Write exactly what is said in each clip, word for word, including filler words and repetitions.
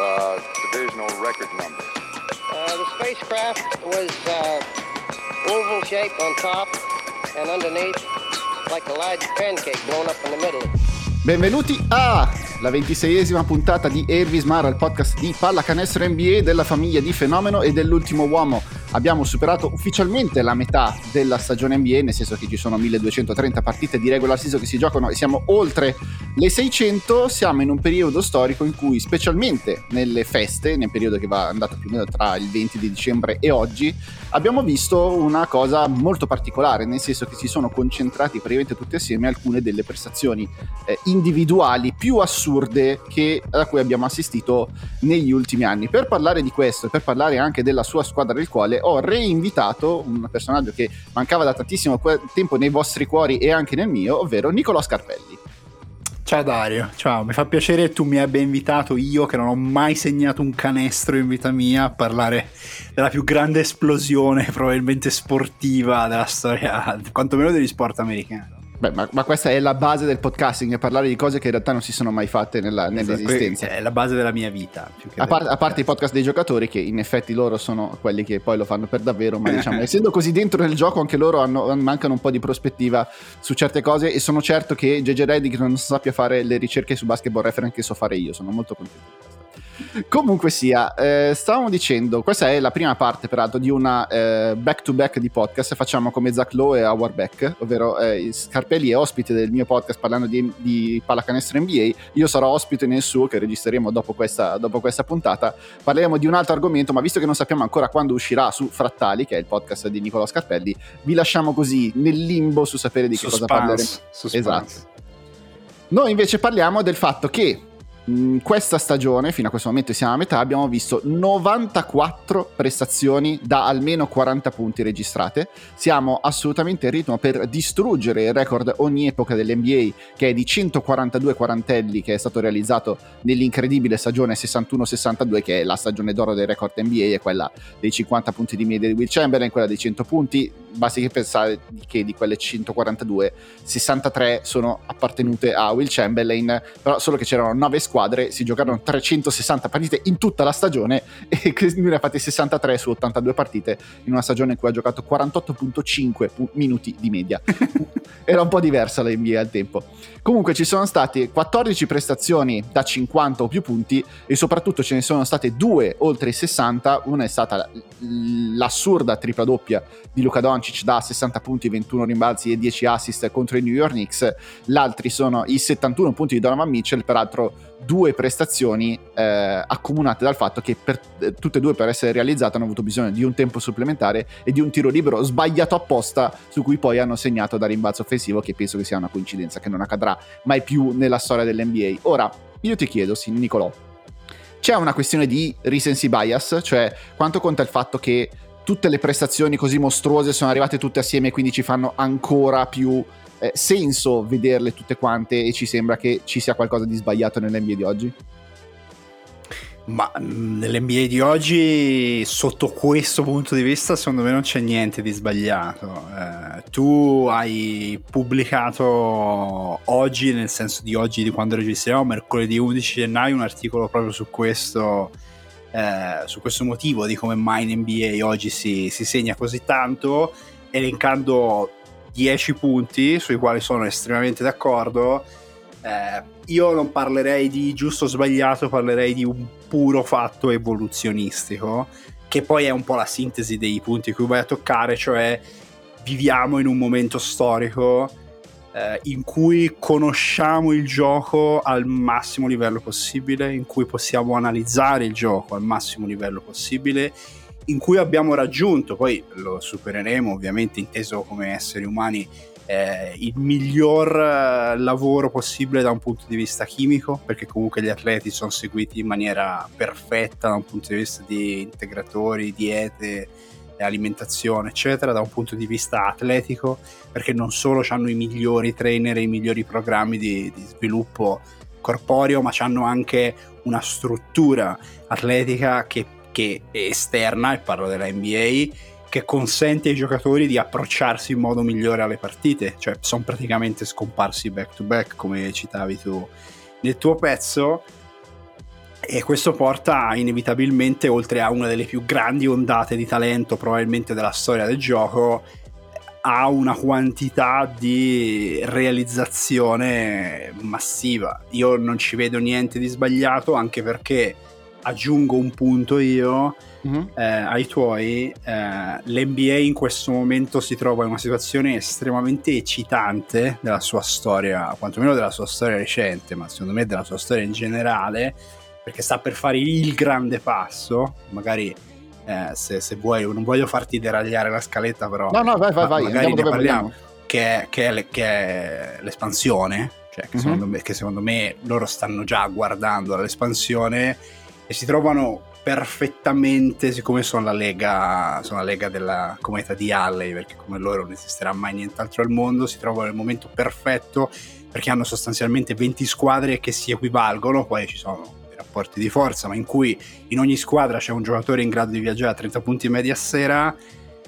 uh, divisional record number. Uh, the spacecraft was uh, oval shaped on top and underneath like a large pancake blown up in the middle. Benvenuti alla ventiseiesima puntata di Elvis Mara, il podcast di pallacanestro N B A della famiglia di Fenomeno e dell'Ultimo Uomo. Abbiamo superato ufficialmente la metà della stagione N B A, nel senso che ci sono milleduecentotrenta partite di regular season che si giocano e siamo oltre le seicento. Siamo in un periodo storico in cui, specialmente nelle feste, nel periodo che va andato più o meno tra il venti di dicembre e oggi, abbiamo visto una cosa molto particolare, nel senso che si sono concentrati praticamente tutti assieme alcune delle prestazioni eh, individuali più assurde che, a cui abbiamo assistito negli ultimi anni. Per parlare di questo e per parlare anche della sua squadra del quale ho reinvitato un personaggio che mancava da tantissimo tempo nei vostri cuori e anche nel mio, ovvero Nicolò Scarpelli. Ciao Dario, ciao, mi fa piacere che tu mi abbia invitato, io che non ho mai segnato un canestro in vita mia, a parlare della più grande esplosione probabilmente sportiva della storia, quantomeno degli sport americani. Beh, ma, ma questa è la base del podcasting, parlare di cose che in realtà non si sono mai fatte nella, nell'esistenza. È la base della mia vita. Più che a, par- a parte i podcast dei giocatori, che in effetti loro sono quelli che poi lo fanno per davvero, ma diciamo, essendo così dentro nel gioco, anche loro hanno, mancano un po' di prospettiva su certe cose, e sono certo che J J Redick non sappia fare le ricerche su Basketball Reference che so fare io. Sono molto contento di questo. Comunque sia, eh, stavamo dicendo, questa è la prima parte peraltro di una eh, back to back di podcast. Facciamo come Zach Lowe e Howard Beck, ovvero eh, Scarpelli è ospite del mio podcast parlando di, di pallacanestro N B A, io sarò ospite nel suo, che registreremo dopo questa, dopo questa puntata. Parleremo di un altro argomento, ma visto che non sappiamo ancora quando uscirà su Frattali, che è il podcast di Nicolò Scarpelli, vi lasciamo così nel limbo su sapere di che Suspense, cosa parleremo. suspense. Esatto. Noi invece parliamo del fatto che questa stagione, fino a questo momento siamo a metà, abbiamo visto novantaquattro prestazioni da almeno quaranta punti registrate. Siamo assolutamente in ritmo per distruggere il record ogni epoca dell'N B A, che è di centoquarantadue quarantelli, che è stato realizzato nell'incredibile stagione sessantuno sessantadue, che è la stagione d'oro del record N B A, è quella dei cinquanta punti di media di Will Chamberlain, quella dei cento punti. Basti che pensare che di quelle centoquarantadue, sessantatré sono appartenute a Will Chamberlain, però solo che c'erano nove squadre, si giocarono trecentosessanta partite in tutta la stagione e lui ne ha fatte sessantatré su ottantadue partite in una stagione in cui ha giocato quarantotto virgola cinque minuti di media. Era un po' diversa la N B A al tempo. Comunque ci sono state quattordici prestazioni da cinquanta o più punti, e soprattutto ce ne sono state due oltre i sessanta. Una è stata l'assurda tripla doppia di Luka Doncic da sessanta punti, ventuno rimbalzi e dieci assist contro i New York Knicks. L'altri sono i settantuno punti di Donovan Mitchell, peraltro due prestazioni eh, accomunate dal fatto che per, eh, tutte e due, per essere realizzate, hanno avuto bisogno di un tempo supplementare e di un tiro libero sbagliato apposta, su cui poi hanno segnato da rimbalzo offensivo, che penso che sia una coincidenza che non accadrà mai più nella storia dell'N B A. Ora, io ti chiedo, sì, Nicolò, c'è una questione di recency bias, cioè quanto conta il fatto che tutte le prestazioni così mostruose sono arrivate tutte assieme e quindi ci fanno ancora più eh, senso vederle tutte quante, e ci sembra che ci sia qualcosa di sbagliato nell'N B A di oggi? Ma nell'N B A di oggi, sotto questo punto di vista, secondo me non c'è niente di sbagliato. Eh, tu hai pubblicato oggi, nel senso di oggi, di quando registriamo, mercoledì undici gennaio, un articolo proprio su questo, eh, su questo motivo di come mai in N B A oggi si, si segna così tanto, elencando dieci punti sui quali sono estremamente d'accordo. Eh, io non parlerei di giusto o sbagliato, parlerei di un puro fatto evoluzionistico, che poi è un po' la sintesi dei punti cui vai a toccare, cioè viviamo in un momento storico eh, in cui conosciamo il gioco al massimo livello possibile, in cui possiamo analizzare il gioco al massimo livello possibile, in cui abbiamo raggiunto, poi lo supereremo ovviamente inteso come esseri umani, Eh, il miglior eh, lavoro possibile da un punto di vista chimico, perché comunque gli atleti sono seguiti in maniera perfetta da un punto di vista di integratori, diete, alimentazione eccetera, da un punto di vista atletico, perché non solo hanno i migliori trainer e i migliori programmi di, di sviluppo corporeo, ma hanno anche una struttura atletica che, che è esterna, e parlo della N B A, che consente ai giocatori di approcciarsi in modo migliore alle partite, cioè sono praticamente scomparsi back to back, come citavi tu nel tuo pezzo. e questo porta inevitabilmente, oltre a una delle più grandi ondate di talento probabilmente della storia del gioco, a una quantità di realizzazione massiva. Io non ci vedo niente di sbagliato, anche perché aggiungo un punto io mm-hmm. eh, ai tuoi, eh, l'N B A in questo momento si trova in una situazione estremamente eccitante della sua storia, quantomeno della sua storia recente, ma secondo me della sua storia in generale, perché sta per fare il grande passo. Magari eh, se, se vuoi, non voglio farti deragliare la scaletta, però no no vai vai vai magari ne parliamo, che è, che, è le, che è l'espansione, cioè che, mm-hmm. secondo me, che secondo me loro stanno già guardando all'espansione e si trovano perfettamente, siccome sono la lega sono la lega della comunità di Halley, perché come loro non esisterà mai nient'altro al mondo, si trovano nel momento perfetto, perché hanno sostanzialmente venti squadre che si equivalgono, poi ci sono dei rapporti di forza, ma in cui in ogni squadra c'è un giocatore in grado di viaggiare a trenta punti media a sera,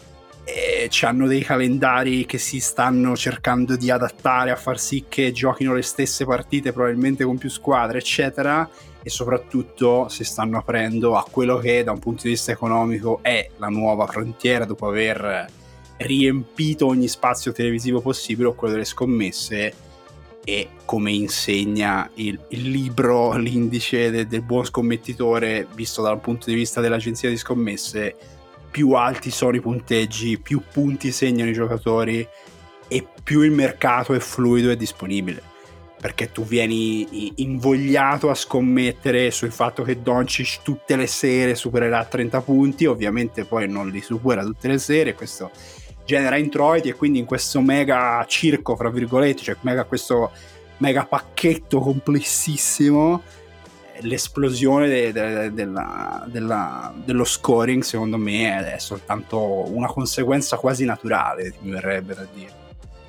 e hanno dei calendari che si stanno cercando di adattare a far sì che giochino le stesse partite probabilmente con più squadre, eccetera, e soprattutto si stanno aprendo a quello che da un punto di vista economico è la nuova frontiera, dopo aver riempito ogni spazio televisivo possibile, quello delle scommesse. E come insegna il, il libro, l'indice de, del buon scommettitore visto dal punto di vista dell'agenzia di scommesse, più alti sono i punteggi, più punti segnano i giocatori e più il mercato è fluido e disponibile, perché tu vieni invogliato a scommettere sul fatto che Doncic tutte le sere supererà trenta punti, ovviamente poi non li supera tutte le sere, questo genera introiti, e quindi in questo mega circo, fra virgolette, cioè mega, questo mega pacchetto complessissimo, l'esplosione de, de, della, della, dello scoring secondo me è soltanto una conseguenza quasi naturale, mi verrebbe da dire.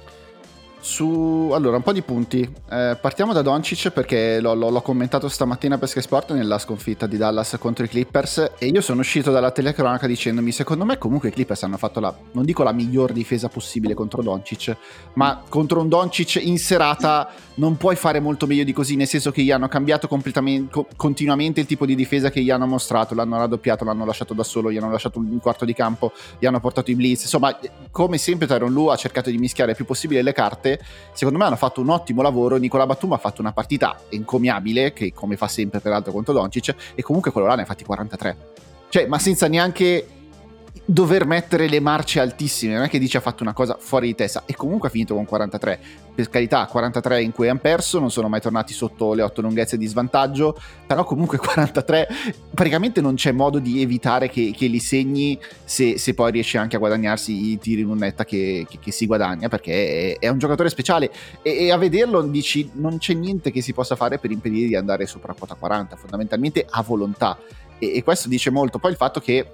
Su, allora, un po' di punti. Eh, partiamo da Doncic, perché l'ho, l'ho, l'ho commentato stamattina per Sky Sport nella sconfitta di Dallas contro i Clippers, e io sono uscito dalla telecronaca dicendomi: secondo me comunque i Clippers hanno fatto la, non dico la miglior difesa possibile contro Doncic, ma contro un Doncic in serata non puoi fare molto meglio di così, nel senso che gli hanno cambiato completamente, co- continuamente il tipo di difesa che gli hanno mostrato, l'hanno raddoppiato, l'hanno lasciato da solo, gli hanno lasciato un quarto di campo, gli hanno portato i blitz, insomma, come sempre Tyronn Lue ha cercato di mischiare il più possibile le carte. Secondo me hanno fatto un ottimo lavoro. Nicola Batum ha fatto una partita encomiabile, che come fa sempre peraltro contro Doncic, e comunque quello là ne ha fatti quarantatré, cioè ma senza neanche dover mettere le marce altissime, non è che dice ha fatto una cosa fuori di testa, e comunque ha finito con quarantatré, per carità, quarantatré in cui hanno perso, non sono mai tornati sotto le otto lunghezze di svantaggio, però comunque quarantatré praticamente non c'è modo di evitare che, che li segni, se, se poi riesce anche a guadagnarsi i tiri in lunetta che, che, che si guadagna, perché è, è un giocatore speciale, e, e a vederlo dici non c'è niente che si possa fare per impedire di andare sopra quota quaranta, fondamentalmente a volontà, e, e questo dice molto. Poi il fatto che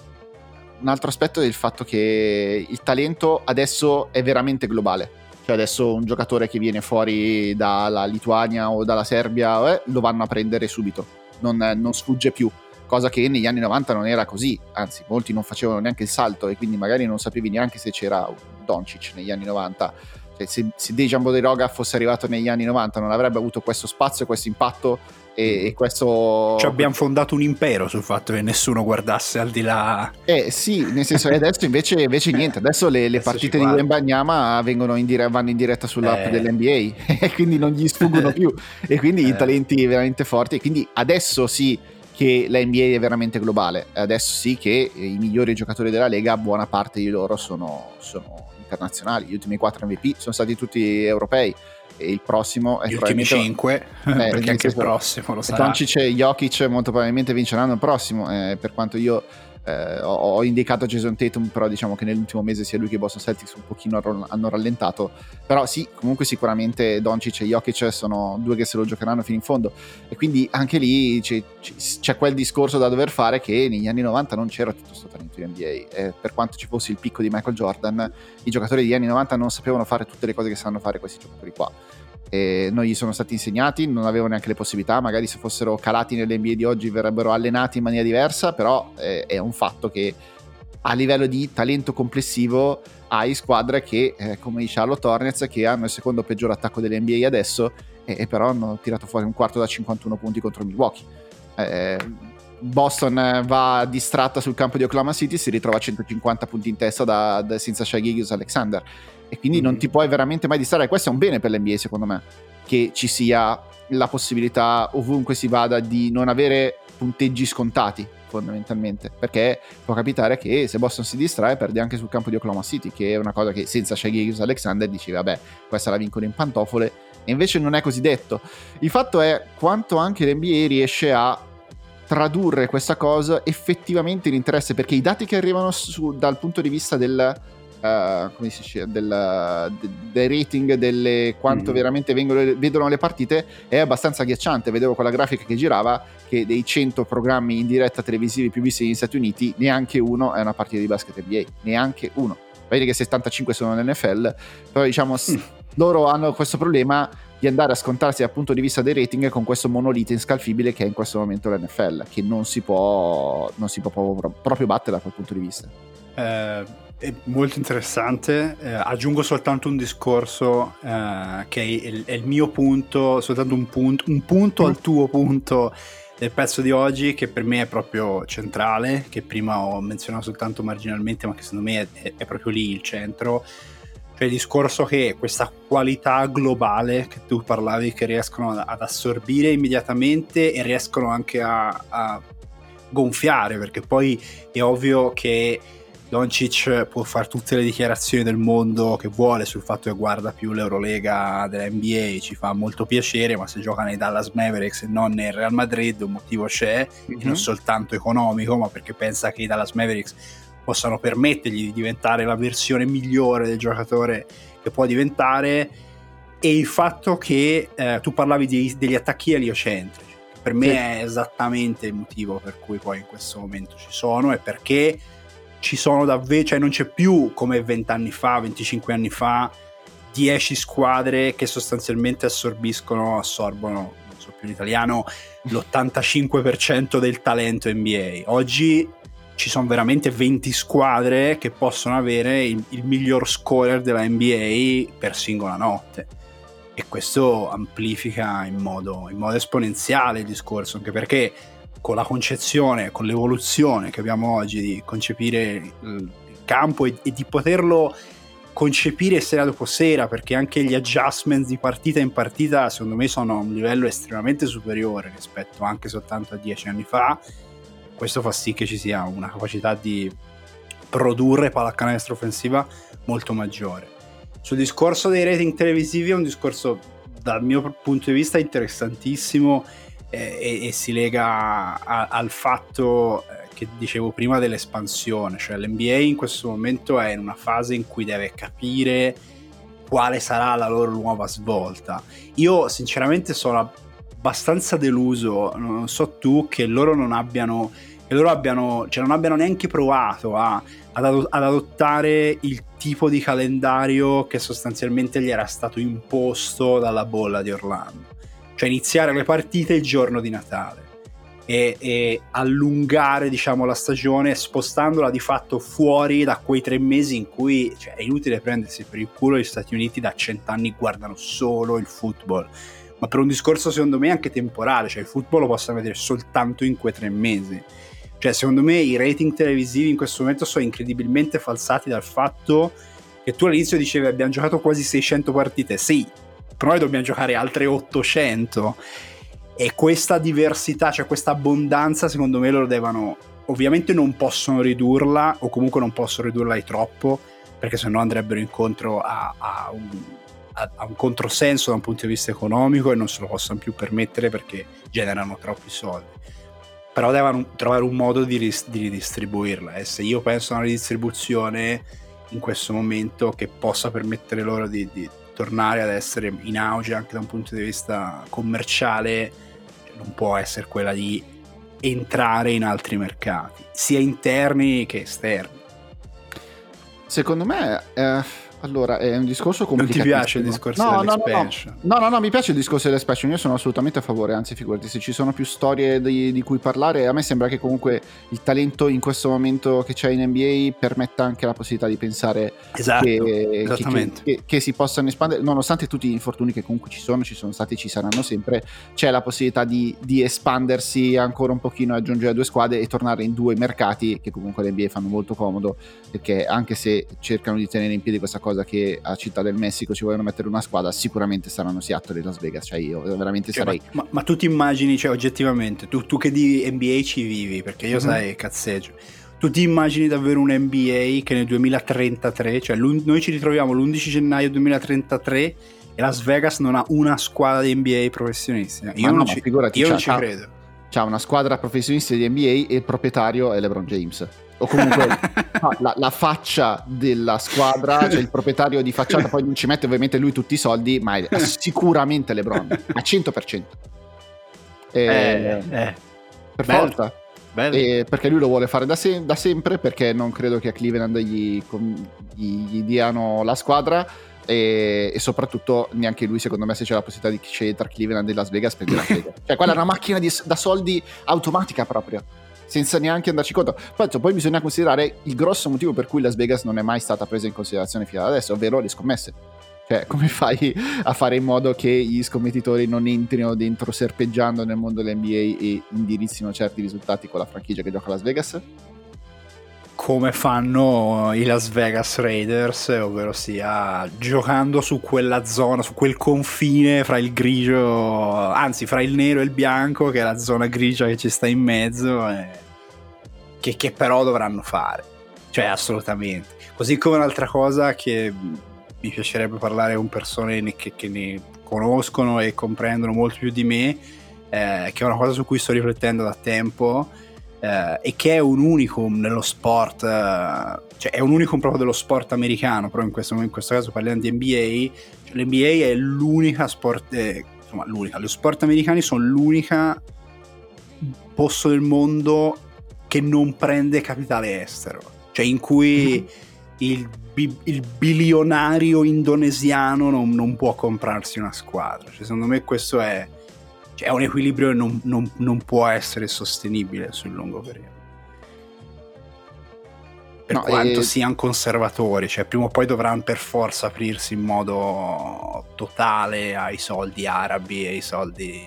un altro aspetto è il fatto che il talento adesso è veramente globale, cioè adesso un giocatore che viene fuori dalla Lituania o dalla Serbia eh, lo vanno a prendere subito, non, non sfugge più, cosa che negli anni novanta non era così, anzi molti non facevano neanche il salto e quindi magari non sapevi neanche se c'era Doncic negli anni novanta. Cioè, se, se Dejan Bodiroga fosse arrivato negli anni novanta non avrebbe avuto questo spazio, questo impatto e, e questo... Cioè abbiamo fondato un impero sul fatto che nessuno guardasse al di là. Eh sì, nel senso che adesso invece, invece niente, adesso le, le adesso partite di Wembanyama vengono in dire- vanno in diretta sull'app eh. dell'N B A e quindi non gli sfuggono più, e quindi eh. i talenti veramente forti, e quindi adesso sì che la N B A è veramente globale, adesso sì che i migliori giocatori della Lega, buona parte di loro sono, sono internazionali, gli ultimi quattro M V P sono stati tutti europei, e il prossimo è gli ultimi cinque eh, perché anche il prossimo lo sarà. Doncic e Jokic molto probabilmente vinceranno il prossimo, eh, per quanto io eh, ho, ho indicato Jason Tatum, però diciamo che nell'ultimo mese sia lui che i Boston Celtics un pochino hanno rallentato, però sì, comunque sicuramente Doncic e Jokic sono due che se lo giocheranno fino in fondo, e quindi anche lì c'è, c'è quel discorso da dover fare che negli anni novanta non c'era tutto questo talento in N B A, eh, per quanto ci fosse il picco di Michael Jordan, i giocatori degli anni novanta non sapevano fare tutte le cose che sanno fare questi giocatori qua, e non gli sono stati insegnati, non avevano neanche le possibilità, magari se fossero calati nell'N B A di oggi verrebbero allenati in maniera diversa, però eh, è un fatto che a livello di talento complessivo hai squadre che eh, come i Charlotte Hornets, che hanno il secondo peggior attacco dell'N B A adesso, e, e però hanno tirato fuori un quarto da cinquantuno punti contro Milwaukee. Eh, Boston va distratta sul campo di Oklahoma City, si ritrova a centocinquanta punti in testa da, da senza Shai Gilgeous-Alexander, e quindi mm-hmm. non ti puoi veramente mai distrarre. Questo è un bene per l'N B A, secondo me, che ci sia la possibilità ovunque si vada di non avere punteggi scontati, fondamentalmente, perché può capitare che se Boston si distrae perdi anche sul campo di Oklahoma City, che è una cosa che senza Shai Gilgeous-Alexander dici vabbè, questa la vincono in pantofole, e invece non è così detto. Il fatto è quanto anche l'N B A riesce a tradurre questa cosa effettivamente in interesse, perché i dati che arrivano su, dal punto di vista del Uh, come si dice, del, de, dei rating, delle quanto mm. veramente vengono, vedono le partite, è abbastanza agghiacciante. Vedevo quella grafica che girava che dei cento programmi in diretta televisivi più visti negli Stati Uniti, neanche uno è una partita di basket N B A, neanche uno. Vedi che settantacinque sono nell'N F L, però diciamo mm. loro hanno questo problema di andare a scontarsi dal punto di vista dei rating con questo monolite inscalfibile che è in questo momento l'N F L, che non si può non si può proprio, proprio battere da quel punto di vista. eh È molto interessante. Eh, aggiungo soltanto un discorso eh, che è il, è il mio punto, soltanto un punto, un punto mm. al tuo punto del pezzo di oggi, che per me è proprio centrale, che prima ho menzionato soltanto marginalmente, ma che secondo me è, è proprio lì il centro. Cioè il discorso che questa qualità globale che tu parlavi, che riescono ad assorbire immediatamente e riescono anche a, a gonfiare, perché poi è ovvio che Doncic può fare tutte le dichiarazioni del mondo che vuole sul fatto che guarda più l'Eurolega della N B A, ci fa molto piacere, ma se gioca nei Dallas Mavericks e non nel Real Madrid un motivo c'è, mm-hmm. non soltanto economico, ma perché pensa che i Dallas Mavericks possano permettergli di diventare la versione migliore del giocatore che può diventare. E il fatto che eh, tu parlavi di, degli attacchi eliocentrici, che per me sì. è esattamente il motivo per cui poi in questo momento ci sono, e perché ci sono davvero, cioè non c'è più come vent'anni fa, venticinque anni fa, dieci squadre che sostanzialmente assorbiscono, assorbono, non so più in italiano, l'ottantacinque per cento del talento N B A. Oggi ci sono veramente venti squadre che possono avere il, il miglior scorer della N B A per singola notte, e questo amplifica in modo, in modo esponenziale il discorso, anche perché con la concezione, con l'evoluzione che abbiamo oggi di concepire il campo e, e di poterlo concepire sera dopo sera, perché anche gli adjustments di partita in partita secondo me sono a un livello estremamente superiore rispetto anche soltanto a dieci anni fa. Questo fa sì che ci sia una capacità di produrre pallacanestro offensiva molto maggiore. Sul discorso dei rating televisivi è un discorso dal mio punto di vista interessantissimo, E, e si lega a, al fatto che dicevo prima dell'espansione, cioè l'N B A in questo momento è in una fase in cui deve capire quale sarà la loro nuova svolta. Io sinceramente sono abbastanza deluso, non so tu, che loro non abbiano che loro abbiano, cioè non abbiano neanche provato a, ad, ad adottare il tipo di calendario che sostanzialmente gli era stato imposto dalla bolla di Orlando. Cioè iniziare le partite il giorno di Natale e, e allungare, diciamo, la stagione, spostandola di fatto fuori da quei tre mesi in cui, cioè, è inutile prendersi per il culo. Gli Stati Uniti da cent'anni guardano solo il football, ma per un discorso secondo me anche temporale, cioè il football lo possono vedere soltanto in quei tre mesi. Cioè secondo me i rating televisivi in questo momento sono incredibilmente falsati dal fatto che tu all'inizio dicevi abbiamo giocato quasi seicento partite, sì, però noi dobbiamo giocare altre ottocento, e questa diversità, cioè questa abbondanza, secondo me loro devono, ovviamente non possono ridurla, o comunque non possono ridurla di troppo, perché sennò andrebbero incontro a, a, un, a, a un controsenso da un punto di vista economico, e non se lo possono più permettere perché generano troppi soldi. Però devono trovare un modo di, ris- di ridistribuirla, e se io penso a una ridistribuzione in questo momento che possa permettere loro di, di tornare ad essere in auge anche da un punto di vista commerciale, non può essere quella di entrare in altri mercati, sia interni che esterni. Secondo me eh, Allora, è un discorso Non ti complicatissimo. piace il discorso no, no, no, dell'expansion? no, no, no, no, mi piace il discorso dell'expansion, io sono assolutamente a favore, anzi figurati, se ci sono più storie di, di cui parlare, a me sembra che comunque il talento in questo momento che c'è in N B A permetta anche la possibilità di pensare Esatto, che, esattamente. che, che, che si possano espandere, nonostante tutti gli infortuni che comunque ci sono, ci sono stati, ci saranno sempre, c'è la possibilità di, di espandersi ancora un pochino, aggiungere due squadre e tornare in due mercati che comunque l'N B A fanno molto comodo, perché anche se cercano di tenere in piedi questa cosa che a Città del Messico ci vogliono mettere una squadra, sicuramente saranno Seattle e Las Vegas, cioè io veramente Cioè, sarei ma, ma, ma tu ti immagini, cioè oggettivamente, tu, tu che di N B A ci vivi, perché io Mhm. sai cazzeggio, tu ti immagini davvero un N B A che nel duemilatrentatré, cioè l'un- noi ci ritroviamo l'undici gennaio duemilatrentatré e Las Vegas non ha una squadra di N B A professionisti? Io Ma non no, ci, ma figurati, io non c'ha- ci c'ha- credo. c'ha una squadra professionista di N B A e il proprietario è LeBron James, o comunque no, la, la faccia della squadra, cioè il proprietario di facciata, poi non ci mette ovviamente lui tutti i soldi, ma è sicuramente LeBron a cento per cento. Eh, Eh, eh, per bello. forza. bello. E perché lui lo vuole fare da, se- da sempre, perché non credo che a Cleveland gli, com- gli- gli diano la squadra, e, e soprattutto neanche lui, secondo me, se c'è la possibilità di scegliere tra Cleveland e Las Vegas, prende Las Vegas. Cioè quella è una macchina di- da soldi automatica proprio, senza neanche andarci conto. Poi, poi bisogna considerare il grosso motivo per cui Las Vegas non è mai stata presa in considerazione fino ad adesso, ovvero le scommesse. Cioè, come fai a fare in modo che gli scommettitori non entrino dentro serpeggiando nel mondo dell'N B A e indirizzino certi risultati con la franchigia che gioca a Las Vegas? Come fanno i Las Vegas Raiders, ovvero sia giocando su quella zona, su quel confine fra il grigio, anzi fra il nero e il bianco, che è la zona grigia che ci sta in mezzo, e che, che però dovranno fare, cioè assolutamente. Così come un'altra cosa che mi piacerebbe parlare con persone ne- che, che ne conoscono e comprendono molto più di me, eh, che è una cosa su cui sto riflettendo da tempo, eh, e che è un unicum nello sport, eh, cioè è un unicum proprio dello sport americano, però in questo, in questo caso parliamo di N B A. Cioè, l'N B A è l'unica sport, eh, insomma l'unica, gli sport americani sono l'unica posto del mondo che non prende capitale estero, cioè in cui il, bi- il bilionario indonesiano non, non può comprarsi una squadra. Cioè, secondo me questo è, cioè, è un equilibrio che non, non, non può essere sostenibile sul lungo periodo, per No, quanto e- siano conservatori, cioè prima o poi dovranno per forza aprirsi in modo totale ai soldi arabi e ai soldi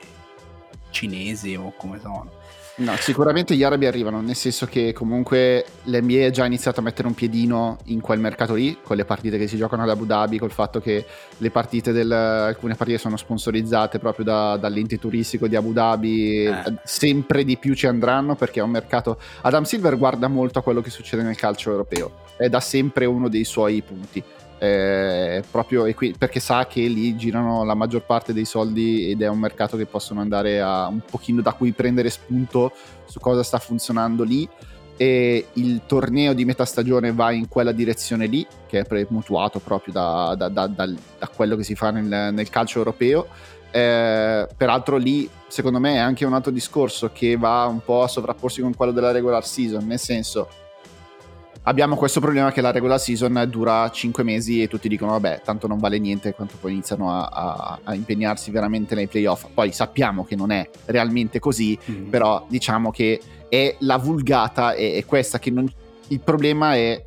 cinesi o come sono. No, sicuramente gli arabi arrivano, nel senso che comunque l'N B A ha già iniziato a mettere un piedino in quel mercato lì, con le partite che si giocano ad Abu Dhabi, col fatto che le partite del, alcune partite sono sponsorizzate proprio da, dall'ente turistico di Abu Dhabi, Eh. sempre di più ci andranno perché è un mercato. Adam Silver guarda molto a quello che succede nel calcio europeo, è da sempre uno dei suoi punti. Eh, proprio e qui, perché sa che lì girano la maggior parte dei soldi ed è un mercato che possono andare a un pochino da cui prendere spunto su cosa sta funzionando lì, e il torneo di metà stagione va in quella direzione lì, che è pre- mutuato proprio da, da, da, da, da quello che si fa nel, nel calcio europeo. Eh, peraltro lì secondo me è anche un altro discorso che va un po' a sovrapporsi con quello della regular season, nel senso abbiamo questo problema che la regular season dura cinque mesi e tutti dicono vabbè tanto non vale niente, quanto poi iniziano a, a, a impegnarsi veramente nei playoff. Poi sappiamo che non è realmente così, Mm. però diciamo che è la vulgata, è, è questa che non, il problema è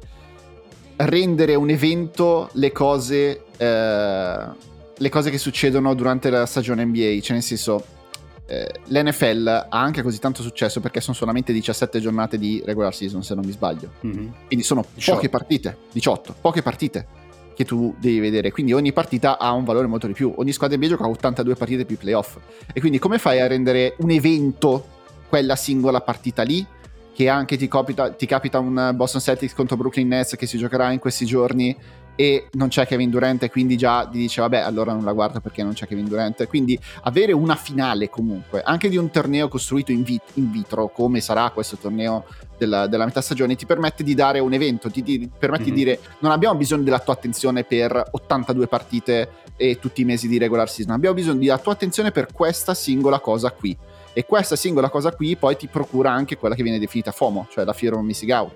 rendere un evento le cose eh, le cose che succedono durante la stagione N B A, cioè nel senso eh, l'N F L ha anche così tanto successo perché sono solamente diciassette giornate di regular season, se non mi sbaglio, Mhm. quindi sono diciotto. poche partite, diciotto, poche partite che tu devi vedere, quindi ogni partita ha un valore molto di più, ogni squadra N B A gioca ottantadue partite più playoff, e quindi come fai a rendere un evento quella singola partita lì, che anche ti capita, ti capita un Boston Celtics contro Brooklyn Nets che si giocherà in questi giorni e non c'è Kevin Durant, e quindi già ti dice vabbè allora non la guardo perché non c'è Kevin Durant. Quindi avere una finale comunque anche di un torneo costruito in, vit- in vitro come sarà questo torneo della, della metà stagione ti permette di dare un evento, ti, ti permette Mhm. di dire non abbiamo bisogno della tua attenzione per ottantadue partite e tutti i mesi di regular season, abbiamo bisogno della tua attenzione per questa singola cosa qui, e questa singola cosa qui poi ti procura anche quella che viene definita FOMO, cioè la fear of missing out.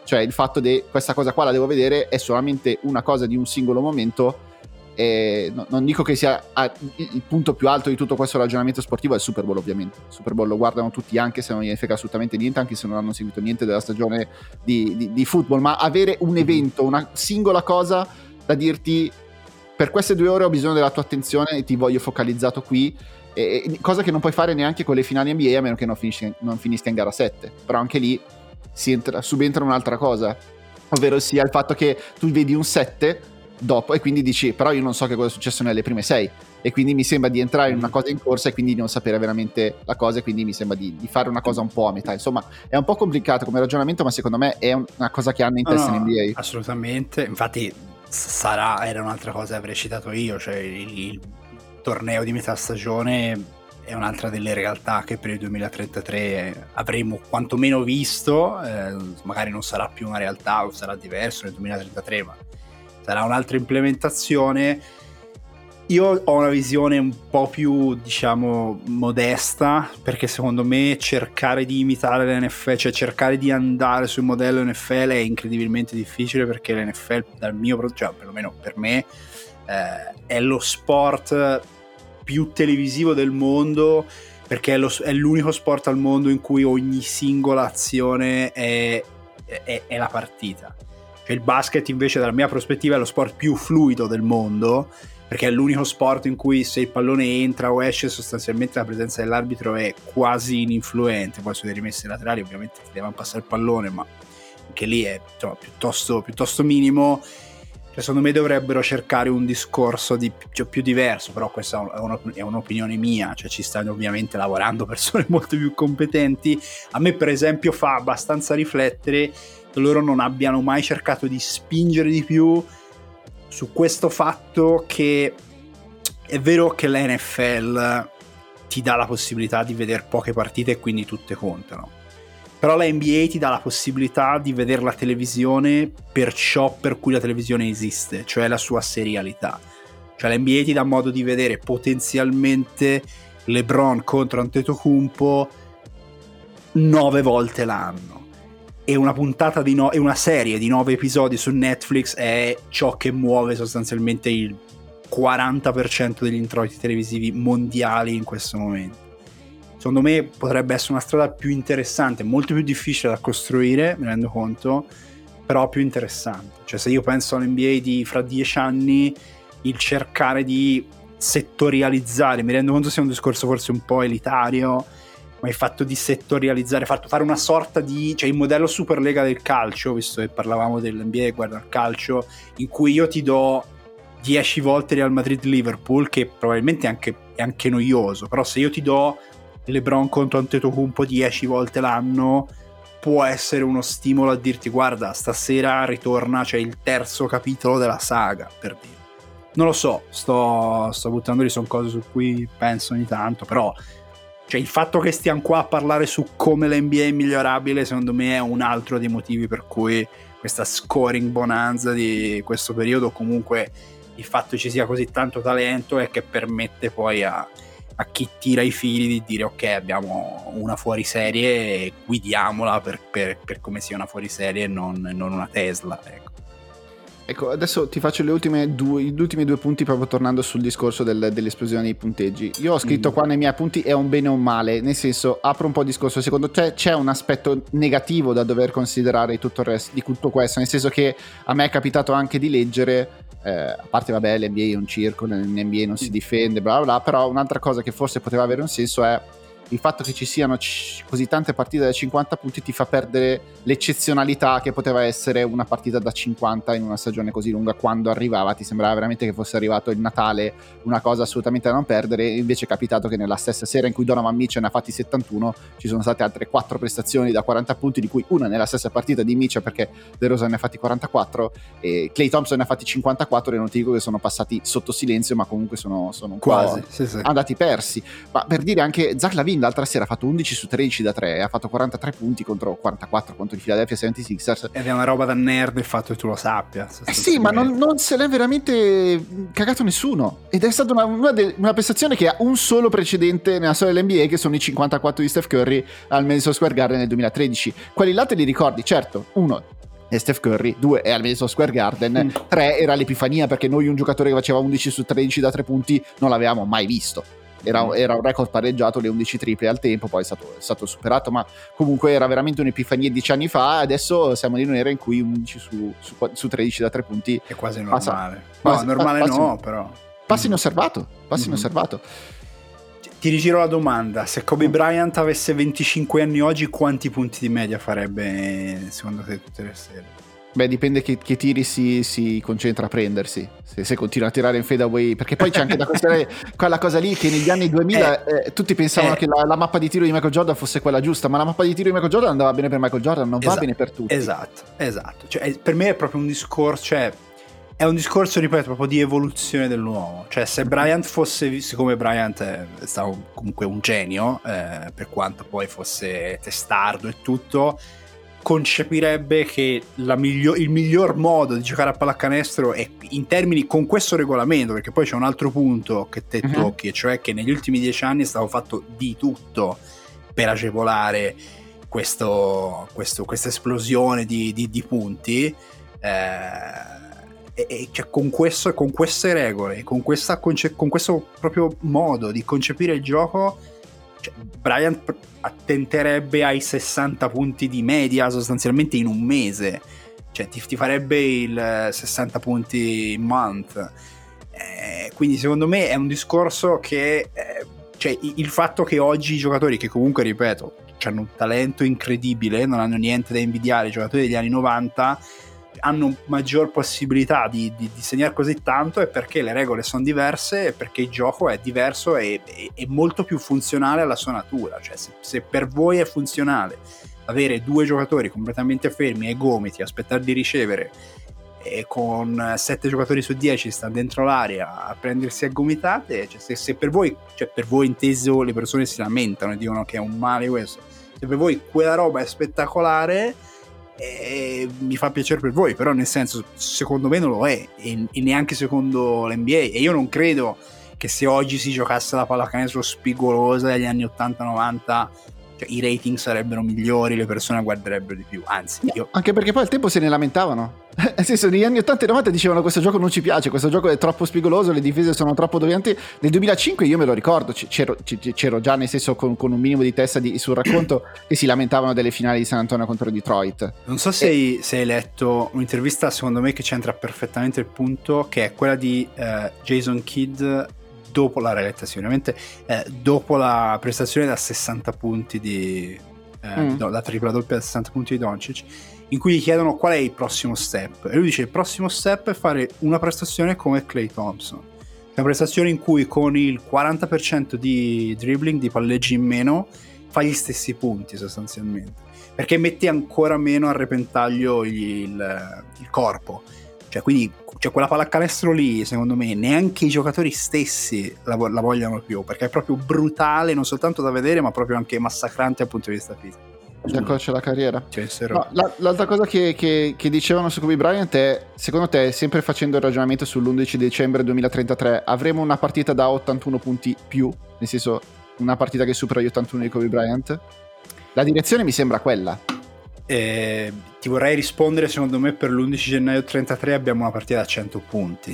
cioè il fatto di questa cosa qua la devo vedere è solamente una cosa di un singolo momento. E no, non dico che sia ah, il punto più alto di tutto questo ragionamento sportivo è il Super Bowl, ovviamente il Super Bowl lo guardano tutti anche se non gliene frega assolutamente niente, anche se non hanno seguito niente della stagione di, di, di football, ma avere un evento, una singola cosa da dirti per queste due ore ho bisogno della tua attenzione e ti voglio focalizzato qui, e, e, cosa che non puoi fare neanche con le finali N B A a meno che non finisca, non finisca in gara sette, però anche lì si entra, subentra un'altra cosa, ovvero sia il fatto che tu vedi un sette dopo e quindi dici però io non so che cosa è successo nelle prime sei e quindi mi sembra di entrare in una cosa in corsa e quindi di non sapere veramente la cosa e quindi mi sembra di, di fare una cosa un po' a metà. Insomma è un po' complicato come ragionamento, ma secondo me è una cosa che hanno in testa no, in N B A. Assolutamente, infatti sarà, era un'altra cosa che avrei citato io, cioè il, il torneo di metà stagione è un'altra delle realtà che per il duemilatrentatré avremo quantomeno visto, eh, magari non sarà più una realtà o sarà diverso nel duemilatrentatré, ma sarà un'altra implementazione. Io ho una visione un po' più, diciamo, modesta, perché secondo me cercare di imitare l'N F L, cioè cercare di andare sul modello N F L è incredibilmente difficile, perché l'N F L dal mio, cioè perlomeno per me, eh, è lo sport più televisivo del mondo, perché è, lo, è l'unico sport al mondo in cui ogni singola azione è, è, è la partita. Cioè il basket invece dalla mia prospettiva è lo sport più fluido del mondo, perché è l'unico sport in cui se il pallone entra o esce sostanzialmente la presenza dell'arbitro è quasi ininfluente. Poi sulle rimesse laterali ovviamente ti devono passare il pallone, ma anche lì è insomma, piuttosto, piuttosto minimo. Cioè, secondo me dovrebbero cercare un discorso di, cioè, più diverso, però questa è, un, è un'opinione mia, cioè ci stanno ovviamente lavorando persone molto più competenti. A me per esempio fa abbastanza riflettere che loro non abbiano mai cercato di spingere di più su questo fatto che è vero che l'N F L ti dà la possibilità di vedere poche partite e quindi tutte contano, però la N B A ti dà la possibilità di vedere la televisione per ciò per cui la televisione esiste, cioè la sua serialità. Cioè la N B A ti dà modo di vedere potenzialmente LeBron contro Antetokounmpo nove volte l'anno, e una puntata di no- e una serie di nove episodi su Netflix è ciò che muove sostanzialmente il quaranta per cento degli introiti televisivi mondiali in questo momento. Secondo me potrebbe essere una strada più interessante, molto più difficile da costruire, mi rendo conto, però più interessante. Cioè se io penso all'N B A di fra dieci anni, il cercare di settorializzare, mi rendo conto sia un discorso forse un po' elitario, ma il fatto di settorializzare, fatto fare una sorta di, cioè il modello Superlega del calcio, visto che parlavamo dell'N B A guarda il calcio, in cui io ti do dieci volte Real Madrid-Liverpool, che probabilmente è anche, è anche noioso, però se io ti do LeBron contro Antetokounmpo dieci volte l'anno, può essere uno stimolo a dirti guarda stasera ritorna, c'è cioè il terzo capitolo della saga, per dire. Non lo so, sto, sto buttando lì, sono cose su cui penso ogni tanto, però cioè il fatto che stiamo qua a parlare su come l'N B A è migliorabile secondo me è un altro dei motivi per cui questa scoring bonanza di questo periodo, comunque il fatto che ci sia così tanto talento è che permette poi a, a chi tira i fili di dire ok, abbiamo una fuoriserie e guidiamola per, per, per come sia una fuoriserie e non, non una Tesla, ecco. Ecco, adesso ti faccio le ultime due, gli ultimi due punti proprio tornando sul discorso del, dell'esplosione dei punteggi. Io ho scritto mm. qua nei miei appunti è un bene o un male, nel senso apro un po' il discorso, secondo te c'è un aspetto negativo da dover considerare di tutto il resto, di tutto questo, nel senso che a me è capitato anche di leggere, eh, a parte vabbè l'N B A è un circo, l'N B A non si difende bla bla bla, però un'altra cosa che forse poteva avere un senso è il fatto che ci siano c- così tante partite da cinquanta punti ti fa perdere l'eccezionalità che poteva essere una partita da cinquanta in una stagione così lunga. Quando arrivava ti sembrava veramente che fosse arrivato il Natale, una cosa assolutamente da non perdere, invece è capitato che nella stessa sera in cui Donovan Mitchell ne ha fatti settantuno ci sono state altre quattro prestazioni da quaranta punti, di cui una nella stessa partita di Mitchell perché DeRozan ne ha fatti quarantaquattro e Klay Thompson ne ha fatti cinquantaquattro, e non ti dico che sono passati sotto silenzio, ma comunque sono, sono un quasi po' sì, sì. andati persi. Ma per dire, anche Zach LaVine l'altra sera ha fatto undici su tredici da tre e ha fatto quarantatré punti contro quarantaquattro contro il Philadelphia settantasei ers. Ed è una roba da nerd il fatto che tu lo sappia. Eh sì, ma non, non se l'è veramente cagato nessuno, ed è stata una, una, de, una prestazione che ha un solo precedente nella storia dell'N B A, che sono i cinquantaquattro di Steph Curry al Madison Square Garden nel duemilatredici. Quelli là te li ricordi, certo, uno e Steph Curry, due è al Madison Square Garden, mm. tre era l'epifania, perché noi un giocatore che faceva undici su tredici da tre punti non l'avevamo mai visto. Era, era un record pareggiato, le undici triple al tempo, poi è stato, è stato superato, ma comunque era veramente un'epifania dieci anni fa. Adesso siamo in un'era in cui undici su, su, su tredici da tre punti è quasi normale. Passa, no, passa, normale passa, no, però passa inosservato, passa mm-hmm. inosservato. Ti rigiro la domanda: se Kobe Bryant avesse venticinque anni oggi, quanti punti di media farebbe secondo te tutte le serie? Beh, dipende che, che tiri si, si concentra a prendersi. Se, se continua a tirare in fadeaway, perché poi c'è anche da considerare quella cosa lì che negli anni duemila eh, eh, tutti pensavano eh, che la, la mappa di tiro di Michael Jordan fosse quella giusta, ma la mappa di tiro di Michael Jordan andava bene per Michael Jordan, non esatto, va bene per tutti. Esatto, esatto. Cioè, per me è proprio un discorso, cioè è un discorso, ripeto, proprio di evoluzione dell'uomo. Cioè, se Bryant fosse, siccome Bryant è stato comunque un genio, eh, per quanto poi fosse testardo e tutto, concepirebbe che la miglior, il miglior modo di giocare a pallacanestro è in termini con questo regolamento, perché poi c'è un altro punto che te uh-huh. tocchi, cioè che negli ultimi dieci anni è stato fatto di tutto per agevolare questo, questo, questa esplosione di, di, di punti, eh, e, e cioè con, questo, con queste regole, con, questa conce- con questo proprio modo di concepire il gioco, cioè Bryant attenterebbe ai sessanta punti di media sostanzialmente in un mese, cioè ti, ti farebbe il sessanta punti in month, eh, quindi secondo me è un discorso che eh, cioè il fatto che oggi i giocatori, che comunque ripeto hanno un talento incredibile, non hanno niente da invidiare i giocatori degli anni novanta, hanno maggior possibilità di, di, di segnare così tanto, è perché le regole sono diverse, e perché il gioco è diverso e è molto più funzionale alla sua natura. Cioè se, se per voi è funzionale avere due giocatori completamente fermi ai gomiti, aspettare di ricevere, e con sette giocatori su dieci sta dentro l'area a prendersi a gomitate, cioè se, se per voi, cioè per voi inteso, le persone si lamentano e dicono che è un male questo, se per voi quella roba è spettacolare, e mi fa piacere per voi, però nel senso secondo me non lo è, e, e neanche secondo l'N B A, e io non credo che se oggi si giocasse la pallacanestro spigolosa degli anni ottanta novanta, cioè, i rating sarebbero migliori, le persone guarderebbero di più, anzi io... anche perché poi al tempo se ne lamentavano, nel senso negli anni ottanta e novanta dicevano questo gioco non ci piace, questo gioco è troppo spigoloso, le difese sono troppo dominanti. Nel duemilacinque io me lo ricordo, c'ero, c'ero già nel senso con, con un minimo di testa di, sul racconto che si lamentavano delle finali di San Antonio contro Detroit. Non so se, e... hai, se hai letto un'intervista secondo me che c'entra perfettamente il punto, che è quella di uh, Jason Kidd dopo la reletta sicuramente eh, dopo la prestazione da sessanta punti di eh, mm. la tripla doppia da sessanta punti di Doncic, in cui gli chiedono qual è il prossimo step, e lui dice il prossimo step è fare una prestazione come Klay Thompson, una prestazione in cui con il quaranta per cento di dribbling, di palleggi in meno, fa gli stessi punti sostanzialmente, perché mette ancora meno a repentaglio il, il, il corpo. Cioè, quindi cioè quella pallacanestro lì, secondo me, neanche i giocatori stessi la, la vogliono più, perché è proprio brutale, non soltanto da vedere, ma proprio anche massacrante dal punto di vista fisico. Ti accorcia la carriera. Cioè, no, la, l'altra cosa che, che, che dicevano su Kobe Bryant è, secondo te, sempre facendo il ragionamento sull'undici dicembre duemilatrentatré, avremo una partita da ottantuno punti più? Nel senso, una partita che supera gli ottantuno di Kobe Bryant? La direzione mi sembra quella. Eh, ti vorrei rispondere, secondo me per l'undici gennaio trentatré abbiamo una partita da cento punti.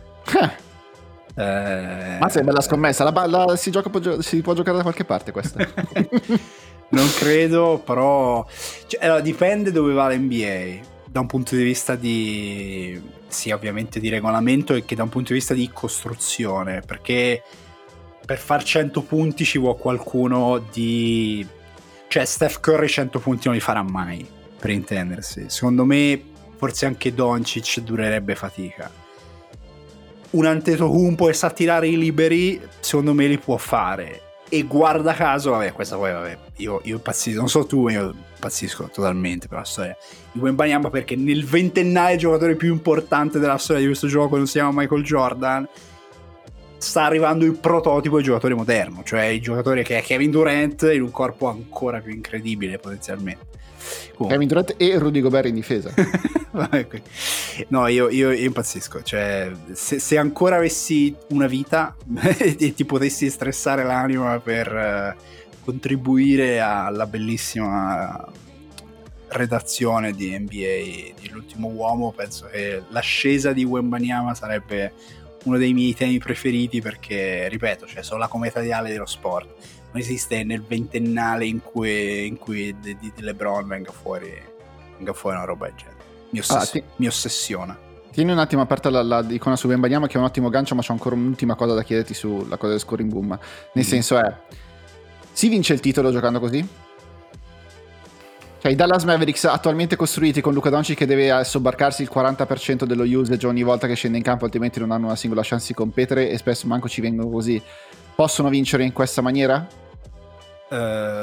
eh, ma sei bella scommessa, la, la, si, gioca, si può giocare da qualche parte questa. Non credo, però cioè, allora, dipende dove va l'N B A da un punto di vista di sì, ovviamente di regolamento, e che da un punto di vista di costruzione, perché per far cento punti ci vuole qualcuno di... Cioè Steph Curry cento punti non li farà mai, per intendersi. Secondo me forse anche Doncic durerebbe fatica. Un Antetokounmpo che sa tirare i liberi, secondo me li può fare. E guarda caso, vabbè, questa poi, vabbè, io, io impazzisco, non so tu, io impazzisco totalmente per la storia di Wembanyama, perché nel ventennale il giocatore più importante della storia di questo gioco non si chiama Michael Jordan, sta arrivando il prototipo del giocatore moderno, cioè il giocatore che è Kevin Durant in un corpo ancora più incredibile potenzialmente. Comunque. Kevin Durant e Rudy Gobert in difesa. No, io, io, io impazzisco, cioè se, se ancora avessi una vita e ti potessi stressare l'anima per uh, contribuire alla bellissima redazione di N B A di L'ultimo uomo, penso che l'ascesa di Wembanyama sarebbe uno dei miei temi preferiti, perché ripeto, cioè sono la cometa ideale dello sport, non esiste nel ventennale in cui, in cui di, di LeBron venga fuori venga fuori una roba del genere. Mi, ossess- ah, ti... mi ossessiona. Tieni un attimo aperta la, la icona su Wembanyama, che è un ottimo gancio, ma c'ho ancora un'ultima cosa da chiederti sulla cosa del scoring boom. Nel mm. senso è, si vince il titolo giocando così? Cioè i Dallas Mavericks attualmente costruiti con Luka Doncic che deve sobbarcarsi il quaranta per cento dello usage ogni volta che scende in campo, altrimenti non hanno una singola chance di competere, e spesso manco ci vengono così, possono vincere in questa maniera? Uh,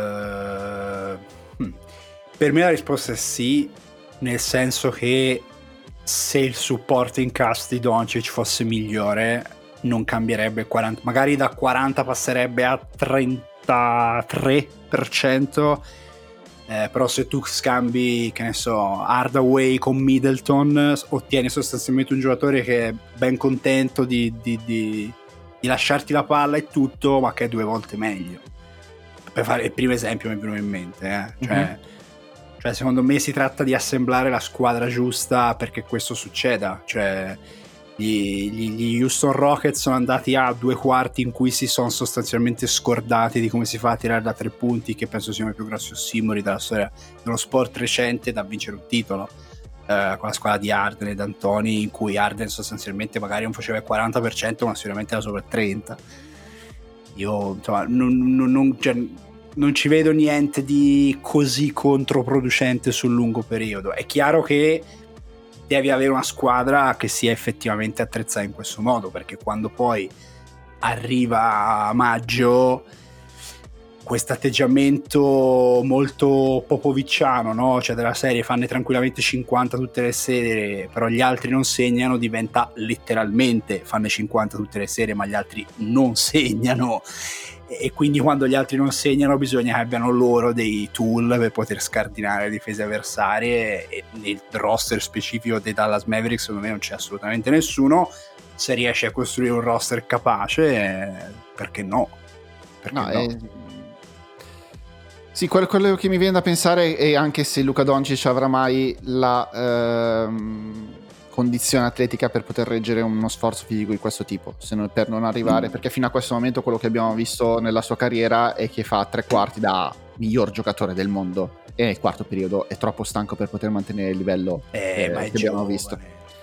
hmm. Per me la risposta è sì, nel senso che se il supporting cast di Doncic fosse migliore non cambierebbe quaranta, magari da quaranta passerebbe a trentatré per cento. Eh, però se tu scambi, che ne so, Hardaway con Middleton, ottieni sostanzialmente un giocatore che è ben contento di, di, di, di lasciarti la palla e tutto, ma che è due volte meglio. Per fare il primo esempio mi è venuto in mente, eh. cioè, mm-hmm. cioè secondo me si tratta di assemblare la squadra giusta perché questo succeda. Cioè Gli, gli, gli Houston Rockets sono andati a due quarti in cui si sono sostanzialmente scordati di come si fa a tirare da tre punti, che penso siano i più grossi ossimori della storia dello sport recente, da vincere un titolo, eh, con la squadra di Harden e D'Antoni, in cui Harden sostanzialmente magari non faceva il quaranta per cento ma sicuramente era sopra il trenta per cento. Io insomma non, non, non, cioè, non ci vedo niente di così controproducente sul lungo periodo. È chiaro che devi avere una squadra che sia effettivamente attrezzata in questo modo, perché quando poi arriva maggio questo atteggiamento molto popovicciano, no? Cioè della serie fanne tranquillamente cinquanta tutte le serie però gli altri non segnano, diventa letteralmente fanne cinquanta tutte le serie ma gli altri non segnano, e quindi quando gli altri non segnano bisogna che abbiano loro dei tool per poter scardinare le difese avversarie, e nel roster specifico dei Dallas Mavericks secondo me non c'è assolutamente nessuno. Se riesci a costruire un roster capace, perché no? Perché no, no? È... sì, quello, quello che mi viene da pensare è anche se Luka Doncic avrà mai la ehm, condizione atletica per poter reggere uno sforzo fisico di questo tipo, se non, per non arrivare, mm. perché fino a questo momento quello che abbiamo visto nella sua carriera è che fa tre quarti da miglior giocatore del mondo, e nel quarto periodo è troppo stanco per poter mantenere il livello eh, eh, ma che è abbiamo giovane. visto.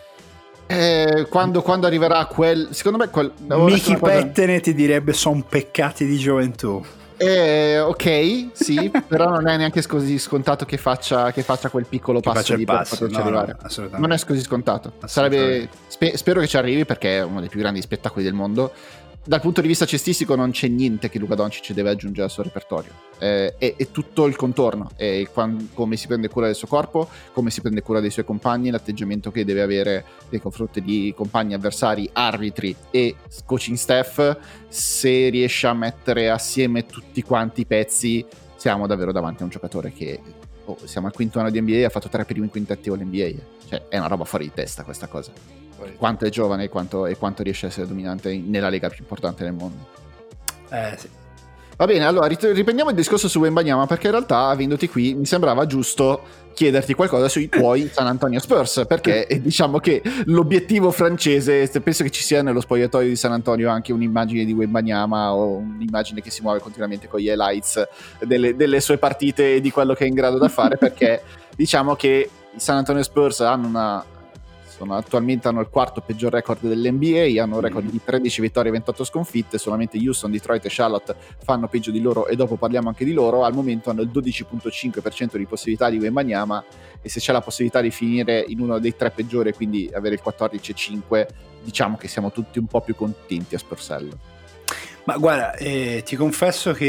Eh, quando, quando arriverà quel, secondo me quel, Mickey Pettene ti direbbe son peccati di gioventù. Eh, ok, sì, però non è neanche così scontato che faccia, che faccia quel piccolo che passo lì passo. per poterci no, arrivare. No, non è così scontato. Sarebbe, spe, spero che ci arrivi, perché è uno dei più grandi spettacoli del mondo. Dal punto di vista cestistico non c'è niente che Luka Doncic deve aggiungere al suo repertorio, eh, è, è tutto il contorno, è quando, come si prende cura del suo corpo, come si prende cura dei suoi compagni, l'atteggiamento che deve avere nei confronti di compagni, avversari, arbitri e coaching staff. Se riesce a mettere assieme tutti quanti i pezzi, siamo davvero davanti a un giocatore che oh, siamo al quinto anno di N B A, ha fatto tre primi quintetti all'N B A, cioè è una roba fuori di testa questa cosa. Quanto è giovane e quanto, e quanto riesce a essere dominante nella lega più importante del mondo. Eh sì. Va bene, allora riprendiamo il discorso su Wembanyama, perché in realtà, avendoti qui, mi sembrava giusto chiederti qualcosa sui tuoi San Antonio Spurs, perché diciamo che l'obiettivo francese, penso che ci sia nello spogliatoio di San Antonio anche un'immagine di Wembanyama o un'immagine che si muove continuamente con gli highlights delle, delle sue partite e di quello che è in grado da fare, perché diciamo che i San Antonio Spurs hanno una sono attualmente hanno il quarto peggior record dell'N B A, hanno un record di tredici vittorie e ventotto sconfitte, solamente Houston, Detroit e Charlotte fanno peggio di loro, e dopo parliamo anche di loro. Al momento hanno il dodici virgola cinque per cento di possibilità di Wembanyama, e se c'è la possibilità di finire in uno dei tre peggiori, quindi avere il quattordici virgola cinque, diciamo che siamo tutti un po' più contenti a Sporsello. Ma guarda, eh, ti confesso che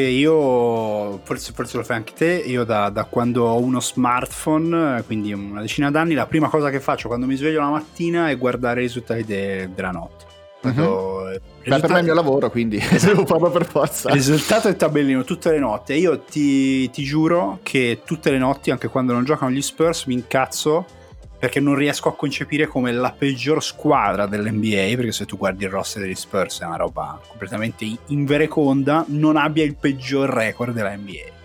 io, forse, forse lo fai anche te, io da, da quando ho uno smartphone, quindi una decina d'anni, la prima cosa che faccio quando mi sveglio la mattina è guardare i risultati de, della notte. Quando, uh-huh. risultati... Beh, per me è il mio lavoro, quindi devo farlo per forza. Il risultato è tabellino tutte le notti, e io ti, ti giuro che tutte le notti, anche quando non giocano gli Spurs, mi incazzo perché non riesco a concepire come la peggior squadra dell'N B A, perché se tu guardi il roster degli Spurs è una roba completamente invereconda, non abbia il peggior record della N B A.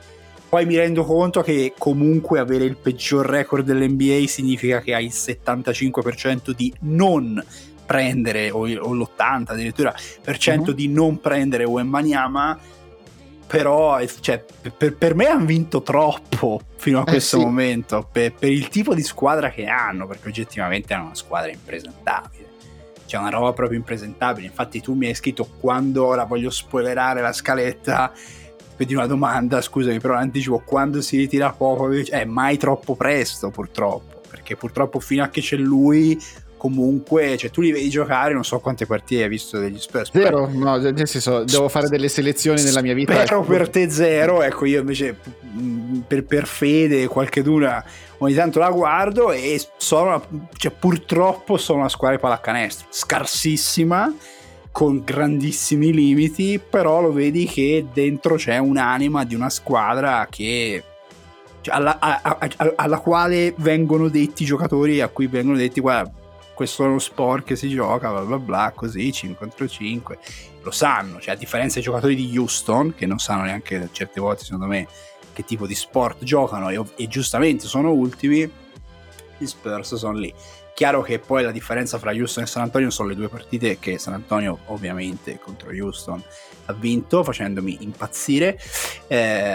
poi mi rendo conto che comunque avere il peggior record dell'N B A significa che hai il settantacinque per cento di non prendere, o, o l'ottanta addirittura per cento uh-huh. di non prendere Wembanyama, però cioè, per, per me hanno vinto troppo fino a eh questo sì. momento, per, per il tipo di squadra che hanno, perché oggettivamente hanno una squadra impresentabile, c'è una roba proprio impresentabile. Infatti tu mi hai scritto, quando, ora voglio spoilerare la scaletta di una domanda, scusami, però anticipo, quando si ritira Popovic è mai troppo presto, purtroppo, perché purtroppo fino a che c'è lui comunque, cioè tu li vedi giocare, non so quante partite hai visto degli Spurs. Zero, no, nel senso, devo fare delle selezioni nella mia vita. Però per te zero, ecco, io invece per, per fede qualcheduna ogni tanto la guardo e sono, cioè purtroppo sono una squadra di pallacanestro scarsissima, con grandissimi limiti, però lo vedi che dentro c'è un'anima di una squadra che cioè, alla, a, a, a, alla quale vengono detti i giocatori, a cui vengono detti guarda, questo è uno sport che si gioca bla bla bla, così cinque contro cinque, lo sanno, cioè a differenza dei giocatori di Houston che non sanno neanche certe volte secondo me che tipo di sport giocano e, e giustamente sono ultimi, gli Spurs sono lì. Chiaro che poi la differenza fra Houston e San Antonio sono le due partite che San Antonio ovviamente contro Houston ha vinto facendomi impazzire, eh,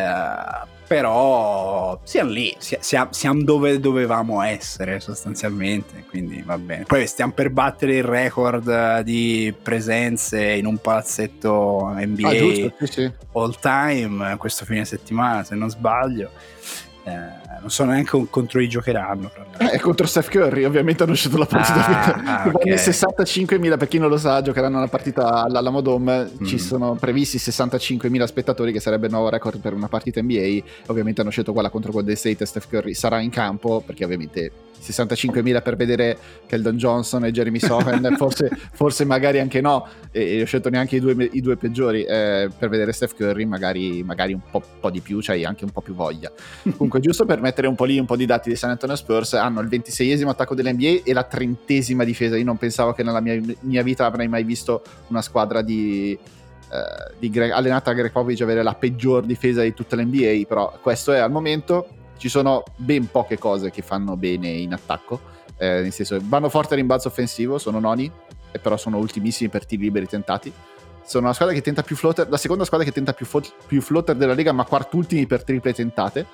però siamo lì, siamo, siamo dove dovevamo essere sostanzialmente, quindi va bene. Poi stiamo per battere il record di presenze in un palazzetto N B A ah, giusto, sì, sì. all time questo fine settimana se non sbaglio. Eh, non so neanche contro chi giocheranno. Eh, contro Steph Curry, ovviamente hanno scelto la partita. Ah, ah, okay. sessantacinquemila, per chi non lo sa, giocheranno una partita all'Alamo Dome. Mm. Ci sono previsti sessantacinquemila spettatori, che sarebbe il nuovo record per una partita N B A. Ovviamente hanno scelto quella contro Golden State e Steph Curry sarà in campo, perché ovviamente sessantacinquemila per vedere Keldon Johnson e Jeremy Sohan forse, forse magari anche no, e, e ho scelto neanche i due, i due peggiori, eh, per vedere Steph Curry magari, magari un po', po' di più, c'hai anche un po' più voglia. Comunque giusto per mettere un po' lì un po' di dati dei San Antonio Spurs, hanno il ventiseiesimo attacco dell'N B A e la trentesima difesa. Io non pensavo che nella mia, mia vita avrei mai visto una squadra di, eh, di Greg, allenata da Greg Popovich avere la peggior difesa di tutta l'N B A, però questo è al momento. Ci sono ben poche cose che fanno bene in attacco, eh, nel senso vanno forte a rimbalzo offensivo, sono noni, e però sono ultimissimi per tiri liberi tentati. Sono una squadra che tenta più floater, la seconda squadra che tenta più, fo- più floater della Lega, ma quartultimi per triple tentate.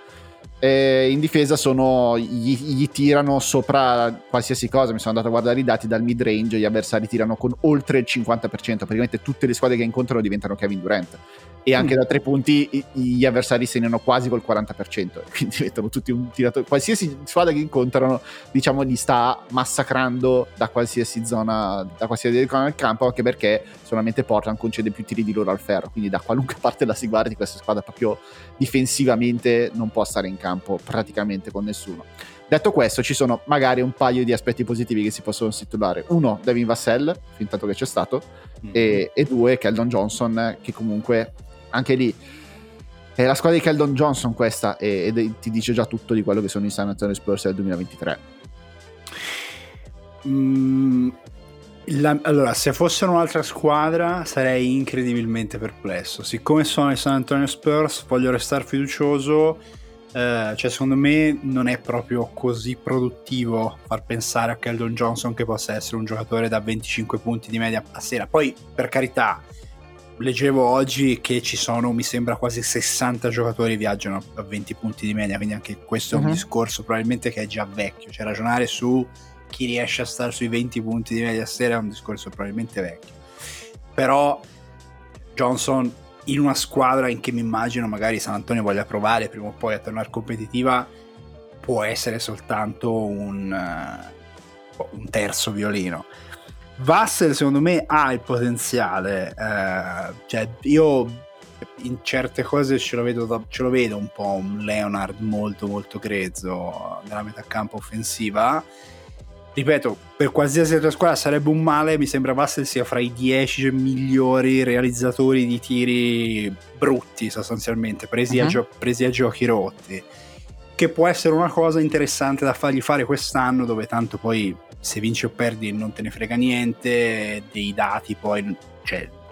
E in difesa sono gli, gli tirano sopra qualsiasi cosa. Mi sono andato a guardare i dati dal mid range, gli avversari tirano con oltre il cinquanta per cento, praticamente tutte le squadre che incontrano diventano Kevin Durant, e anche mm. da tre punti gli avversari segnano quasi col quaranta per cento, quindi diventano tutti un tiratore. Qualsiasi squadra che incontrano, diciamo, li sta massacrando da qualsiasi zona, da qualsiasi zona del campo, anche perché solamente Portland concede più tiri di loro al ferro, quindi da qualunque parte la si guardi questa squadra proprio difensivamente non può stare in campo praticamente con nessuno. Detto questo, ci sono magari un paio di aspetti positivi che si possono titolare. Uno, Devin Vassell, fin tanto che c'è stato, mm-hmm. e, e due, Keldon Johnson, che comunque anche lì è la squadra di Keldon Johnson questa, e, e ti dice già tutto di quello che sono i San Antonio Spurs del duemilaventitré. Mm, la, allora, se fossero un'altra squadra sarei incredibilmente perplesso. Siccome sono i San Antonio Spurs, voglio restare fiducioso. Uh, cioè secondo me non è proprio così produttivo far pensare a Keldon Johnson che possa essere un giocatore da venticinque punti di media a sera. Poi, per carità, leggevo oggi che ci sono, mi sembra, quasi sessanta giocatori che viaggiano a venti punti di media, quindi anche questo uh-huh. è un discorso probabilmente che è già vecchio, cioè ragionare su chi riesce a stare sui venti punti di media a sera è un discorso probabilmente vecchio. Però Johnson, in una squadra in che mi immagino magari San Antonio voglia provare prima o poi a tornare competitiva, può essere soltanto un, uh, un terzo violino. Vassell secondo me ha il potenziale, uh, cioè io in certe cose ce lo vedo, da, ce lo vedo un po' un Leonard molto molto grezzo nella metà campo offensiva. Ripeto, per qualsiasi altra squadra sarebbe un male. Mi sembra Vassell sia fra i dieci migliori realizzatori di tiri brutti, sostanzialmente presi, uh-huh. a, gio- presi a giochi rotti, che può essere una cosa interessante da fargli fare quest'anno, dove tanto poi se vinci o perdi non te ne frega niente dei dati. Poi, cioè,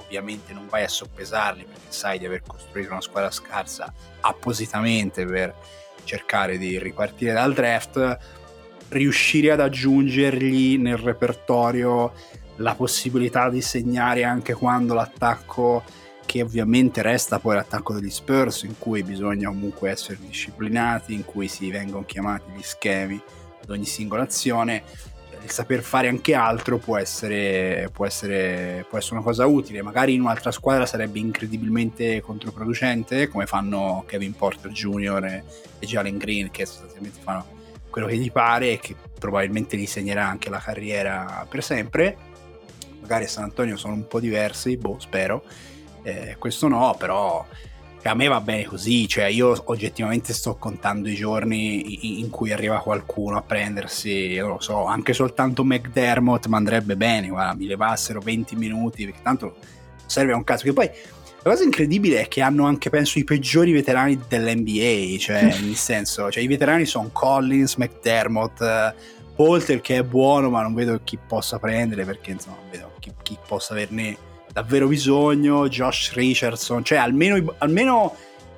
ovviamente non vai a soppesarli perché sai di aver costruito una squadra scarsa appositamente per cercare di ripartire dal draft, riuscire ad aggiungergli nel repertorio la possibilità di segnare anche quando l'attacco, che ovviamente resta poi l'attacco degli Spurs, in cui bisogna comunque essere disciplinati, in cui si vengono chiamati gli schemi ad ogni singola azione, il saper fare anche altro può essere, può essere, può essere una cosa utile. Magari in un'altra squadra sarebbe incredibilmente controproducente, come fanno Kevin Porter Junior e, e Jalen Green, che sostanzialmente fanno quello che gli pare e che probabilmente gli segnerà anche la carriera per sempre. Magari a San Antonio sono un po' diversi, boh, spero. Eh, questo no, però a me va bene così, cioè io oggettivamente sto contando i giorni in cui arriva qualcuno a prendersi, non lo so, anche soltanto McDermott mi andrebbe bene, guarda, mi levassero venti minuti, perché tanto serve a un cazzo. Che poi la cosa incredibile è che hanno anche, penso, i peggiori veterani dell'N B A, cioè nel senso, cioè i veterani sono Collins, McDermott, Polter, che è buono ma non vedo chi possa prendere, perché insomma non vedo chi, chi possa averne davvero bisogno. Josh Richardson, cioè almeno, almeno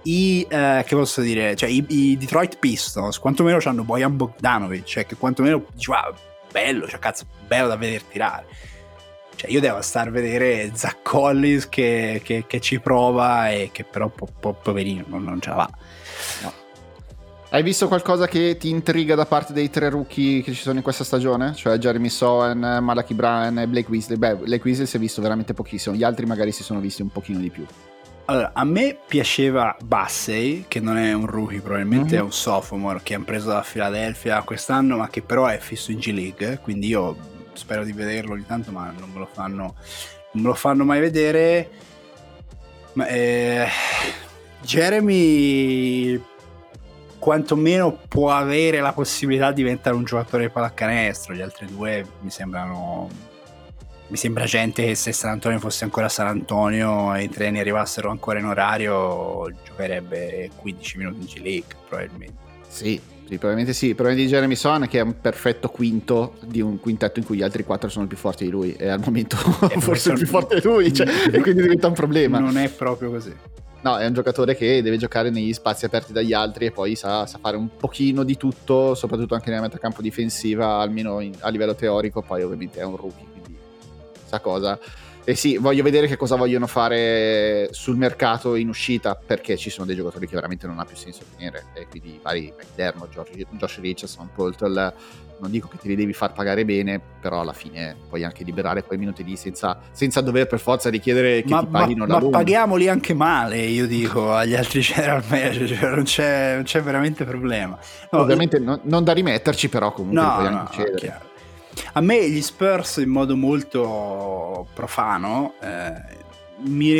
i eh, che posso dire, cioè i, i Detroit Pistons quantomeno hanno Bojan Bogdanovic, cioè che quantomeno dici, wow, bello, cioè cazzo, bello da vedere tirare. Cioè io devo star a vedere Zach Collins che, che, che ci prova e che però po, po, poverino non, non ce la va. No. Hai visto qualcosa che ti intriga da parte dei tre rookie che ci sono in questa stagione? Cioè Jeremy Sohan, Malachi Bryan e Blake Weasley. Beh, Blake Weasley si è visto veramente pochissimo, gli altri magari si sono visti un pochino di più. Allora, a me piaceva Bassey, che non è un rookie, probabilmente mm-hmm. è un sophomore che hanno preso da Philadelphia quest'anno, ma che però è fisso in G League, quindi io spero di vederlo ogni tanto, ma non me lo fanno, non me lo fanno mai vedere. Ma, eh, Jeremy quantomeno può avere la possibilità di diventare un giocatore di pallacanestro, gli altri due mi sembrano, mi sembra gente che se San Antonio fosse ancora San Antonio e i treni arrivassero ancora in orario giocherebbe quindici minuti in G League probabilmente. Sì, sì, probabilmente sì. Il problema di Jeremy Sohan è che è un perfetto quinto di un quintetto in cui gli altri quattro sono più forti di lui e al momento forse è più forte di lui, cioè, e quindi diventa un problema. Non è proprio così. No, è un giocatore che deve giocare negli spazi aperti dagli altri e poi sa, sa fare un pochino di tutto, soprattutto anche nella metacampo difensiva, almeno in, a livello teorico. Poi ovviamente è un rookie, quindi sa cosa. E sì, voglio vedere che cosa vogliono fare sul mercato in uscita, perché ci sono dei giocatori che veramente non ha più senso tenere, e quindi vari McDermott, Josh Richardson, Poltel. Non dico che te li devi far pagare bene, però alla fine puoi anche liberare quei minuti lì senza, senza dover per forza richiedere che ma, ti paghino ma, la ma paghiamoli anche male, io dico, agli altri general manager, cioè non, c'è, non c'è veramente problema. No, ovviamente io... non, non da rimetterci, però comunque no, puoi no, anche cedere. Chiaro. A me gli Spurs in modo molto profano eh, mi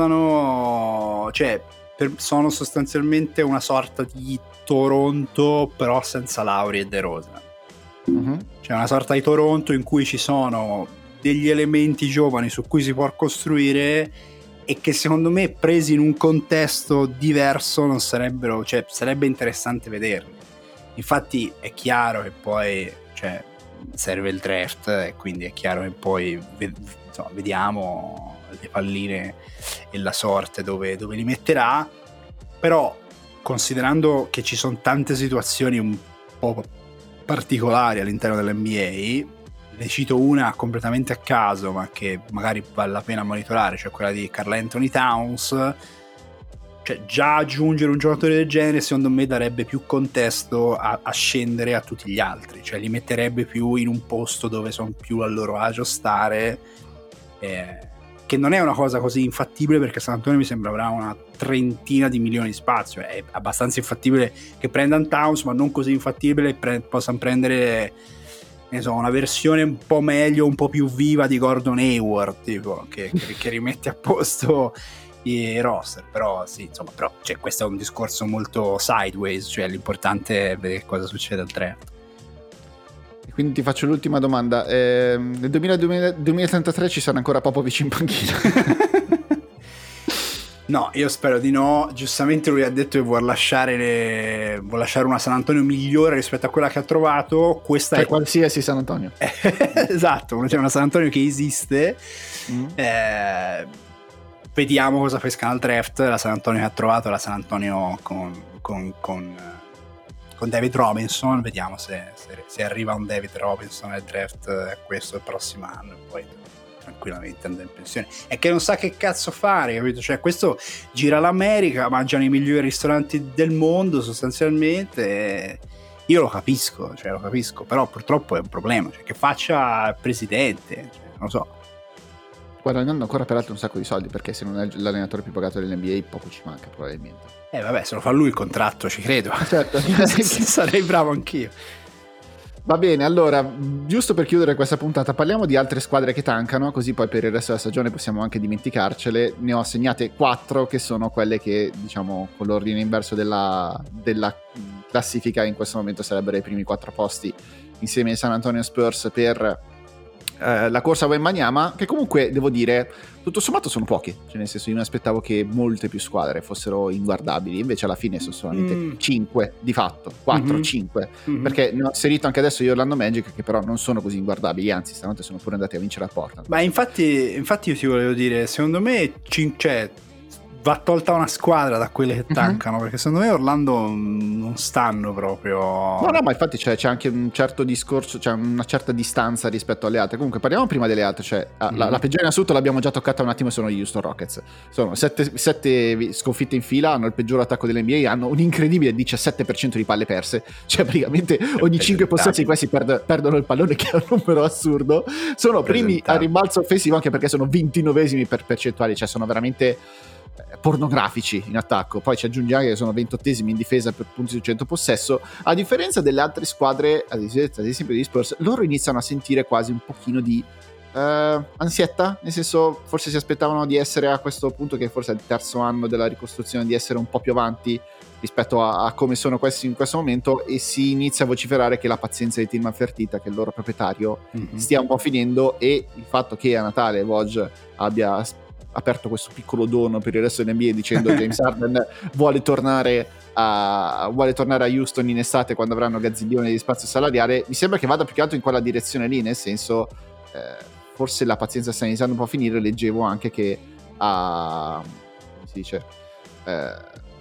ricordano, cioè per, sono sostanzialmente una sorta di Toronto però senza Lauri e DeRozan. Uh-huh. Cioè una sorta di Toronto in cui ci sono degli elementi giovani su cui si può costruire e che secondo me presi in un contesto diverso non sarebbero, cioè sarebbe interessante vederli. Infatti è chiaro che poi, cioè, serve il draft e quindi è chiaro che poi insomma, vediamo le palline e la sorte dove, dove li metterà, però considerando che ci sono tante situazioni un po' particolari all'interno dell'N B A, ne cito una completamente a caso ma che magari vale la pena monitorare, cioè quella di Karl Anthony Towns. Cioè già aggiungere un giocatore del genere secondo me darebbe più contesto a, a scendere a tutti gli altri, cioè li metterebbe più in un posto dove sono più a loro agio stare, eh, che non è una cosa così infattibile perché San Antonio mi sembra avrà una trentina di milioni di spazio, è abbastanza infattibile che prendano Towns ma non così infattibile pre- possano prendere, ne so, una versione un po' meglio, un po' più viva di Gordon Hayward, tipo, che, che, che rimette a posto i roster. Però sì, insomma, però cioè, questo è un discorso molto sideways, cioè l'importante è vedere cosa succede al draft. Quindi ti faccio l'ultima domanda, eh, nel duemilatrentatré ci sarà ancora Popovic in panchina? No, io spero di no. Giustamente lui ha detto che vuole lasciare, le... vuole lasciare una San Antonio migliore rispetto a quella che ha trovato. Questa cioè è qualsiasi San Antonio. Esatto, c'è una San Antonio che esiste. Mm. Eh, vediamo cosa pescano al draft. La San Antonio che ha trovato la San Antonio con, con, con, con David Robinson, vediamo se, se, se arriva un David Robinson al draft questo il prossimo anno e poi tranquillamente andare in pensione, è che non sa che cazzo fare, capito? Cioè questo gira l'America, mangiano i migliori ristoranti del mondo sostanzialmente, e io lo capisco, cioè lo capisco, però purtroppo è un problema, cioè che faccia il presidente, cioè, non lo so, guadagnando ancora peraltro un sacco di soldi, perché se non è l'allenatore più pagato dell'N B A poco ci manca probabilmente. Eh vabbè, se lo fa lui il contratto ci credo, certo. Sarei bravo anch'io. Va bene, allora, giusto per chiudere questa puntata, parliamo di altre squadre che tankano, così poi per il resto della stagione possiamo anche dimenticarcele. Ne ho segnate quattro, che sono quelle che, diciamo, con l'ordine inverso della, della classifica, in questo momento sarebbero i primi quattro posti, insieme ai San Antonio Spurs per eh, la corsa a Wembanyama, che comunque, devo dire, tutto sommato sono pochi, cioè nel senso io mi aspettavo che molte più squadre fossero inguardabili, invece alla fine sono solamente mm. cinque di fatto, quattro, mm-hmm. cinque, mm-hmm. perché ne ho inserito anche adesso io Orlando Magic, che però non sono così inguardabili, anzi stanotte sono pure andati a vincere a Portland. Ma infatti, infatti io ti volevo dire, secondo me cin- cioè, va tolta una squadra da quelle che tankano, mm-hmm. perché secondo me Orlando non stanno proprio. No, no, ma infatti c'è, c'è anche un certo discorso, c'è una certa distanza rispetto alle altre. Comunque parliamo prima delle altre, cioè mm-hmm. la, la peggiore in assoluto l'abbiamo già toccata un attimo, sono gli Houston Rockets. Sono sette, sette sconfitte in fila, hanno il peggior attacco dell'N B A, hanno un incredibile diciassette per cento di palle perse, cioè praticamente ogni cinque possessi questi perd- perdono il pallone, che è un numero assurdo. Sono primi a rimbalzo offensivo anche perché sono ventinovesimi per percentuali, cioè sono veramente pornografici in attacco. Poi ci aggiungi anche che sono ventottesimi in difesa per punti su cento possesso. A differenza delle altre squadre, ad esempio degli Spurs, loro iniziano a sentire quasi un pochino di uh, ansietta, nel senso forse si aspettavano di essere a questo punto, che forse è il terzo anno della ricostruzione, di essere un po' più avanti rispetto a, a come sono questi in questo momento, e si inizia a vociferare che la pazienza di Tillman Fertitta, che è il loro proprietario, mm-hmm. stia un po' finendo, e il fatto che a Natale Woj abbia aperto questo piccolo dono per il resto dell'N B A dicendo che James Harden vuole tornare a vuole tornare a Houston in estate quando avranno gazzillioni di spazio salariale, mi sembra che vada più che altro in quella direzione lì, nel senso eh, forse la pazienza sta iniziando un po' a finire. Leggevo anche che a come si dice eh,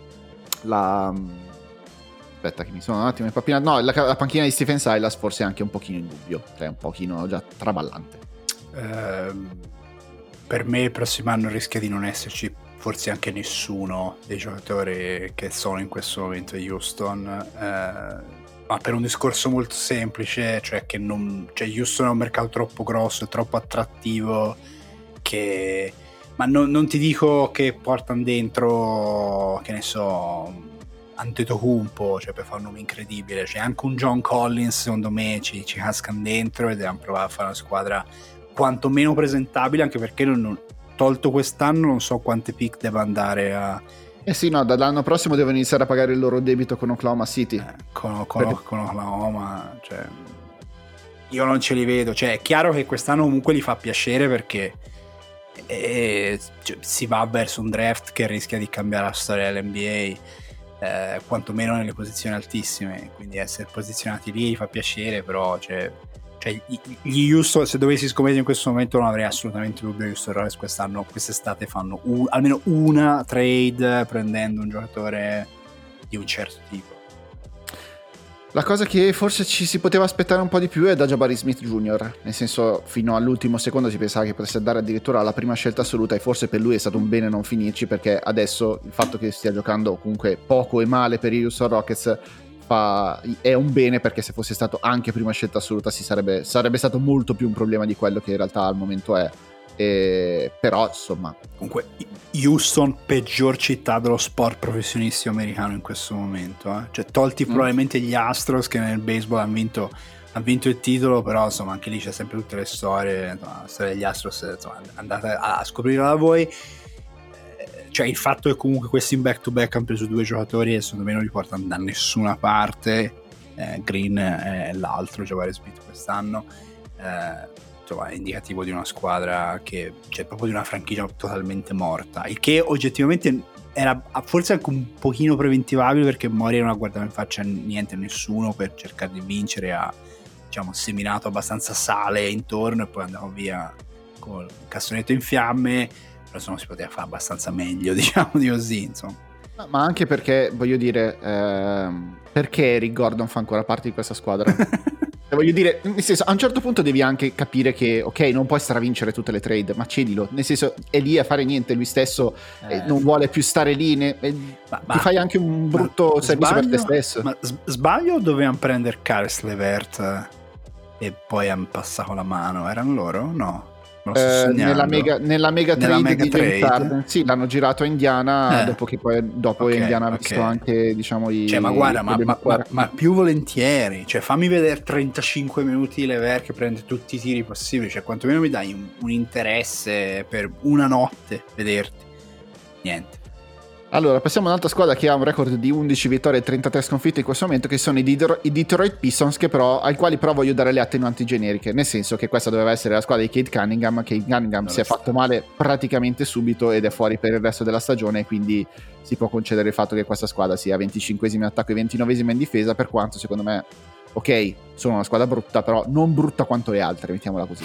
la aspetta che mi sono un attimo impappinato, no, la, la panchina di Stephen Silas forse è anche un pochino in dubbio, cioè un pochino già traballante. um... Per me il prossimo anno rischia di non esserci forse anche nessuno dei giocatori che sono in questo momento a Houston, eh, ma per un discorso molto semplice, cioè che non, cioè Houston è un mercato troppo grosso e troppo attrattivo, che ma non, non ti dico che portano dentro, che ne so, Antetokounmpo, cioè per fare un nome incredibile, cioè anche un John Collins secondo me ci, ci cascano dentro, ed devono provare a fare una squadra quantomeno presentabile, anche perché non, non, tolto quest'anno non so quante pick deve andare a eh sì no dall'anno prossimo devono iniziare a pagare il loro debito con Oklahoma City, eh, con, con, per... con Oklahoma, cioè io non ce li vedo, cioè è chiaro che quest'anno comunque li fa piacere perché eh, cioè, si va verso un draft che rischia di cambiare la storia dell'N B A, eh, quantomeno nelle posizioni altissime, quindi essere posizionati lì fa piacere, però cioè cioè gli Houston, se dovessi scommettere in questo momento non avrei assolutamente dubbio che Houston Rockets quest'anno, quest'estate fanno un, almeno una trade prendendo un giocatore di un certo tipo. La cosa che forse ci si poteva aspettare un po' di più è da Jabari Smith Junior, nel senso fino all'ultimo secondo si pensava che potesse andare addirittura alla prima scelta assoluta, e forse per lui è stato un bene non finirci, perché adesso il fatto che stia giocando comunque poco e male per i Houston Rockets fa, è un bene, perché se fosse stato anche prima scelta assoluta si sarebbe, sarebbe stato molto più un problema di quello che in realtà al momento è. E, però insomma comunque Houston peggior città dello sport professionistico americano in questo momento, eh? Cioè tolti mm. probabilmente gli Astros che nel baseball hanno vinto, hanno vinto il titolo, però insomma anche lì c'è sempre tutte le storie, insomma, la storia degli Astros, insomma, andate a scoprirla da voi. Cioè il fatto che comunque questi in back to back hanno preso due giocatori e secondo me non li portano da nessuna parte, eh, Green e l'altro Jabari Smith quest'anno, eh, insomma è indicativo di una squadra che, cioè proprio di una franchigia totalmente morta, il che oggettivamente era forse anche un pochino preventivabile, perché Mori non ha guardato in faccia niente a nessuno per cercare di vincere, ha diciamo seminato abbastanza sale intorno e poi andava via col cassonetto in fiamme. però se no si poteva fare abbastanza meglio, diciamo, di così, insomma. No, ma anche perché, voglio dire, ehm, perché Eric Gordon fa ancora parte di questa squadra? Voglio dire, nel senso, a un certo punto devi anche capire che, ok, non puoi stravincere tutte le trade, ma cedilo. Nel senso, è lì a fare niente, lui stesso eh. Eh, non vuole più stare lì, ne, eh, ma, ti ma, fai anche un brutto servizio per te stesso. Ma sbaglio o dovevano prendere Caris LeVert e poi hanno passato la mano? Erano loro? No. Eh, nella mega, nella mega trade nella mega di James Harden, sì, l'hanno girato a Indiana, eh. dopo che poi dopo okay, Indiana ha okay. visto anche, diciamo, i cioè, ma guarda, ma, ma, ma, ma più volentieri, cioè fammi vedere trentacinque minuti Lever che prende tutti i tiri possibili, cioè quantomeno mi dai un, un interesse per una notte vederti. Niente. Allora, passiamo a un'altra squadra che ha un record di undici vittorie e trentatré sconfitte in questo momento, che sono i, Didro- i Detroit Pistons, che però, ai quali però voglio dare le attenuanti generiche, nel senso che questa doveva essere la squadra di Cade Cunningham. Cade Cunningham non si è sta. fatto male praticamente subito ed è fuori per il resto della stagione, quindi si può concedere il fatto che questa squadra sia venticinquesima in attacco e ventinovesima in difesa, per quanto secondo me, ok, sono una squadra brutta, però non brutta quanto le altre, mettiamola così.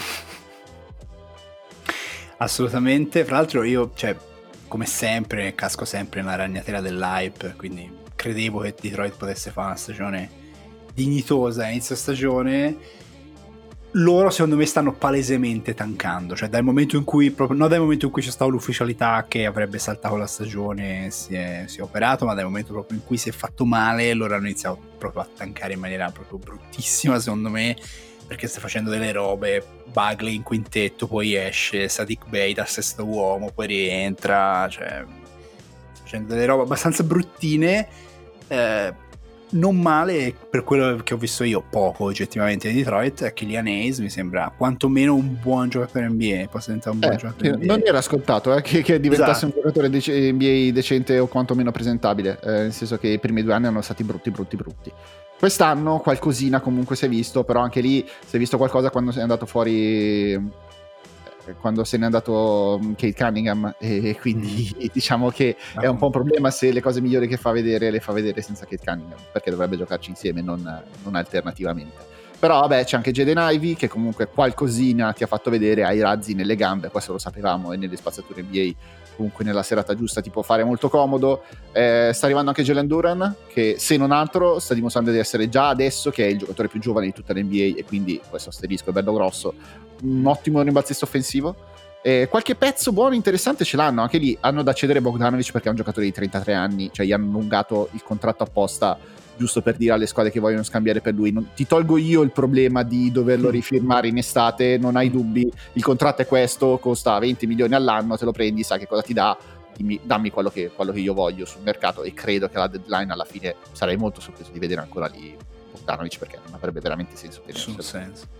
Assolutamente, fra l'altro io, cioè, come sempre, casco sempre nella ragnatela dell'hype, quindi credevo che Detroit potesse fare una stagione dignitosa a inizio stagione. Loro secondo me stanno palesemente tankando, cioè dal momento in cui proprio, non dal momento in cui c'è stata l'ufficialità che avrebbe saltato la stagione si è, si è operato, ma dal momento proprio in cui si è fatto male, loro hanno iniziato proprio a tankare in maniera proprio bruttissima secondo me, perché sta facendo delle robe, Bagley in quintetto, poi esce, Saddiq Bey da sesto uomo, poi rientra, cioè sta facendo delle robe abbastanza bruttine, eh, non male per quello che ho visto io, poco oggettivamente di Detroit. Killian Hayes mi sembra quantomeno un buon giocatore N B A, può diventare un buon eh, giocatore N B A. Non era scontato eh, che, che diventasse esatto. un giocatore N B A decente o quantomeno presentabile, eh, nel senso che i primi due anni hanno stati brutti brutti brutti. Quest'anno qualcosina comunque si è visto, però anche lì si è visto qualcosa quando è andato fuori, quando se n'è andato Cade Cunningham, e quindi mm. diciamo che è un po' un problema se le cose migliori che fa vedere le fa vedere senza Cade Cunningham, perché dovrebbe giocarci insieme, non, non alternativamente. Però vabbè, c'è anche Jaden Ivey che comunque qualcosina ti ha fatto vedere, ha i razzi nelle gambe, questo lo sapevamo, e nelle spaziature N B A comunque nella serata giusta ti può fare molto comodo. Eh, sta arrivando anche Jalen Duren, che se non altro sta dimostrando di essere già adesso, che è il giocatore più giovane di tutta l'N B A, e quindi questo asterisco è bello grosso, un ottimo rimbalzista offensivo. Eh, qualche pezzo buono interessante ce l'hanno, anche lì hanno da cedere Bogdanovic perché è un giocatore di trentatré anni, cioè gli hanno allungato il contratto apposta giusto per dire alle squadre che vogliono scambiare per lui, non, ti tolgo io il problema di doverlo rifirmare in estate, non hai dubbi, il contratto è questo, costa venti milioni all'anno, te lo prendi, sai che cosa ti dà, dimmi, dammi quello che, quello che io voglio sul mercato. E credo che alla deadline alla fine sarei molto sorpreso di vedere ancora lì Bogdanovic, perché non avrebbe veramente senso nessun senso.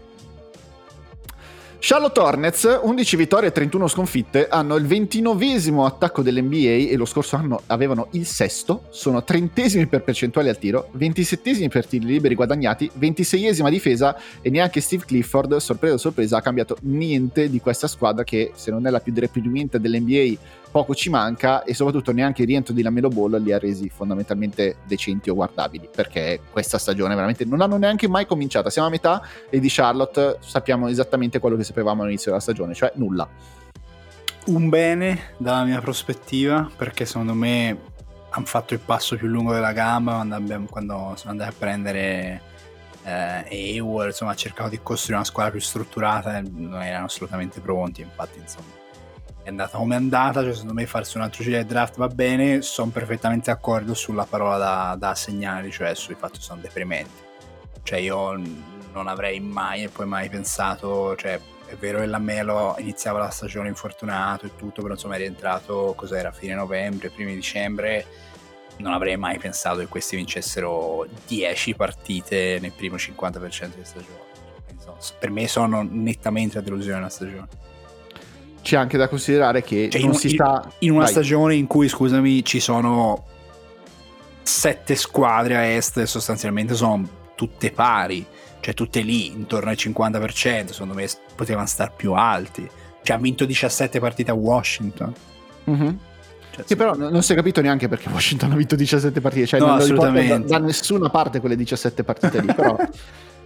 Charlotte Hornets, undici vittorie e trentuno sconfitte, hanno il ventinovesimo attacco dell'N B A e lo scorso anno avevano il sesto, sono trentesimi per percentuali al tiro, ventisettesimi per tiri liberi guadagnati, ventiseiesima difesa, e neanche Steve Clifford, sorpresa sorpresa, ha cambiato niente di questa squadra che, se non è la più deprimente dell'N B A, poco ci manca, e soprattutto neanche il rientro di LaMelo Ball li ha resi fondamentalmente decenti o guardabili, perché questa stagione veramente non hanno neanche mai cominciata, siamo a metà, e di Charlotte sappiamo esattamente quello che sapevamo all'inizio della stagione, cioè nulla. Un bene dalla mia prospettiva, perché secondo me hanno fatto il passo più lungo della gamba quando, abbiamo, quando sono andati a prendere eh, Hayward, insomma ha cercato di costruire una squadra più strutturata e non erano assolutamente pronti, infatti insomma è andata come è andata, cioè secondo me farsi un altro giro di draft va bene, sono perfettamente d'accordo sulla parola da, da segnare, cioè sul fatto che sono deprimenti, cioè io non avrei mai e poi mai pensato, cioè è vero che LaMelo iniziava la stagione infortunato e tutto, però insomma è rientrato, cos'era, fine novembre, primi dicembre, non avrei mai pensato che questi vincessero dieci partite nel primo cinquanta per cento di stagione, quindi, insomma, per me sono nettamente la delusione della stagione. C'è anche da considerare che cioè, non in, si in, sta in una Vai. stagione in cui, scusami, ci sono sette squadre a est e sostanzialmente sono tutte pari, cioè tutte lì intorno al cinquanta per cento, secondo me potevano star più alti, cioè ha vinto diciassette partite a Washington. Mm-hmm. Cioè, sì, però non si è capito neanche perché Washington ha vinto diciassette partite, cioè no, non lo assolutamente riporta da, da nessuna parte quelle diciassette partite lì, però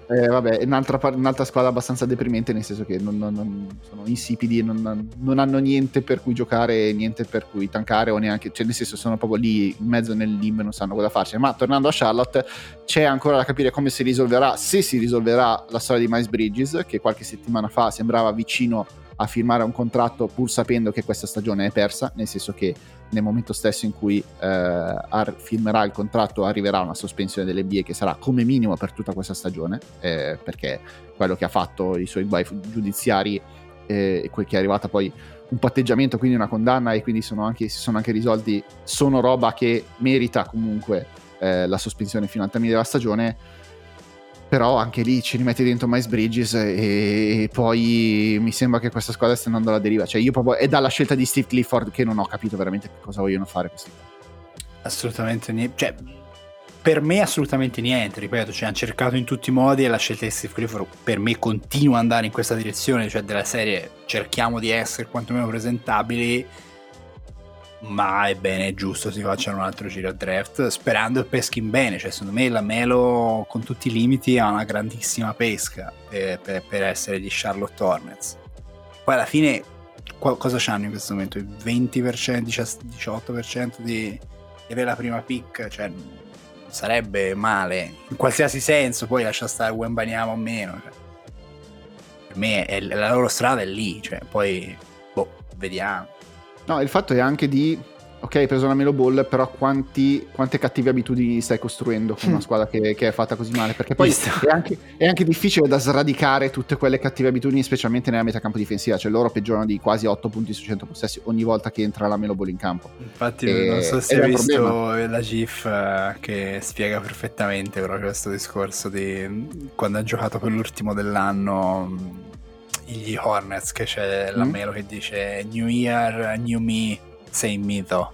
Eh, vabbè, un'altra, par- un'altra squadra abbastanza deprimente, nel senso che non, non- non- sono insipidi, non, non hanno niente per cui giocare, niente per cui tankare o neanche, cioè nel senso sono proprio lì in mezzo nel limbo e non sanno cosa farci. Ma tornando a Charlotte, c'è ancora da capire come si risolverà, se si risolverà la storia di Miles Bridges, che qualche settimana fa sembrava vicino a firmare un contratto pur sapendo che questa stagione è persa, nel senso che nel momento stesso in cui eh, ar- firmerà il contratto arriverà una sospensione dell'N B A che sarà come minimo per tutta questa stagione, eh, perché quello che ha fatto i suoi guai giudiziari eh, e quel che è arrivata poi un patteggiamento, quindi una condanna, e quindi sono anche, si sono anche risolti, sono roba che merita comunque eh, la sospensione fino al termine della stagione. Però anche lì ci rimetti dentro Miles Bridges e, e poi mi sembra che questa squadra stia andando alla deriva. Cioè io proprio è dalla scelta di Steve Clifford che non ho capito veramente cosa vogliono fare questi qua. Assolutamente niente, cioè per me assolutamente niente, ripeto, cioè hanno cercato in tutti i modi e la scelta di Steve Clifford per me continua ad andare in questa direzione, cioè della serie cerchiamo di essere quantomeno presentabili, ma è bene, è giusto si facciano un altro giro al draft sperando che peskin bene. Cioè secondo me la Melo con tutti i limiti ha una grandissima pesca per, per, per essere di Charlotte Hornets. Poi alla fine qu- cosa c'hanno in questo momento? Il venti per cento, diciotto per cento di, di avere la prima pick, cioè non sarebbe male in qualsiasi senso, poi lascia stare Wembanyama o meno, cioè, per me è, la loro strada è lì, cioè poi boh, vediamo. No, il fatto è anche di, ok, hai preso la Melo Ball, però quanti, quante cattive abitudini stai costruendo con una squadra che, che è fatta così male? Perché poi è anche, è anche difficile da sradicare tutte quelle cattive abitudini, specialmente nella metacampo difensiva. Cioè loro peggiorano di quasi otto punti su cento possessi ogni volta che entra la Melo Ball in campo. Infatti e, non so se hai visto la GIF uh, che spiega perfettamente proprio questo discorso di quando ha giocato per l'ultimo dell'anno gli Hornets, che c'è la Melo mm. che dice New Year, New Me, Same Me though.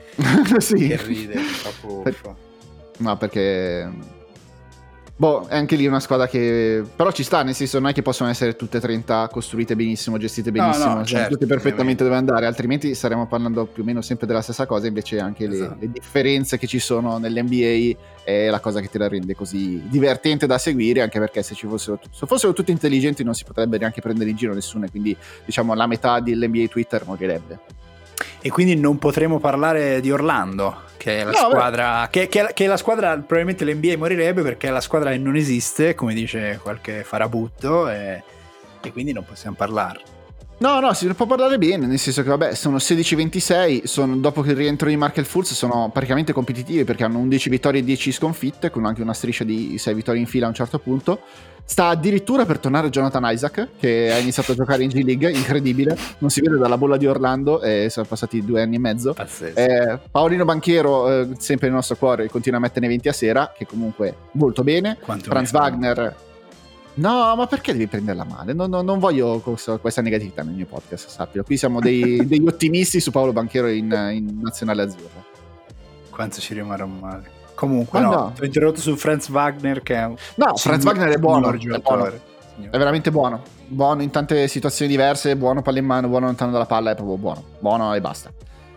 Sì. Che ride, troppo per... no, perché boh, è anche lì una squadra che però ci sta, nel senso non è che possono essere tutte trenta costruite benissimo, gestite benissimo, no, no, certo, tutte perfettamente dove andare, altrimenti staremo parlando più o meno sempre della stessa cosa. Invece anche esatto. le, le differenze che ci sono nell'N B A è la cosa che te la rende così divertente da seguire, anche perché se ci fossero se fossero tutti intelligenti non si potrebbe neanche prendere in giro nessuno, e quindi diciamo la metà dell'N B A Twitter morirebbe. E quindi non potremo parlare di Orlando, che è la no, squadra che, che, che è la squadra, probabilmente l'N B A morirebbe perché è la squadra che non esiste, come dice qualche farabutto, e, e quindi non possiamo parlarne. No, no, si può parlare bene, nel senso che vabbè, sono sedici ventisei, sono, dopo che il rientro di Markel Fultz sono praticamente competitivi perché hanno undici vittorie e dieci sconfitte, con anche una striscia di sei vittorie in fila a un certo punto. Sta addirittura per tornare Jonathan Isaac, che ha iniziato a giocare in G League, incredibile, non si vede dalla bolla di Orlando, e sono passati due anni e mezzo. Eh, Paolino Banchero, eh, sempre nel nostro cuore, continua a metterne venti a sera, che comunque molto bene. Quanto Franz Wagner... No, ma perché devi prenderla male? Non, non, non voglio questo, questa negatività nel mio podcast, sappilo. Qui siamo dei, degli ottimisti su Paolo Banchero in, in Nazionale Azzurra. Quanto ci rimarrà male. Comunque, ma no, no. ti ho interrotto su Franz Wagner, che è un... No, Franz Wagner è buono, è buono. È veramente buono. Buono in tante situazioni diverse, buono palla in mano, buono lontano dalla palla, è proprio buono. Buono e basta.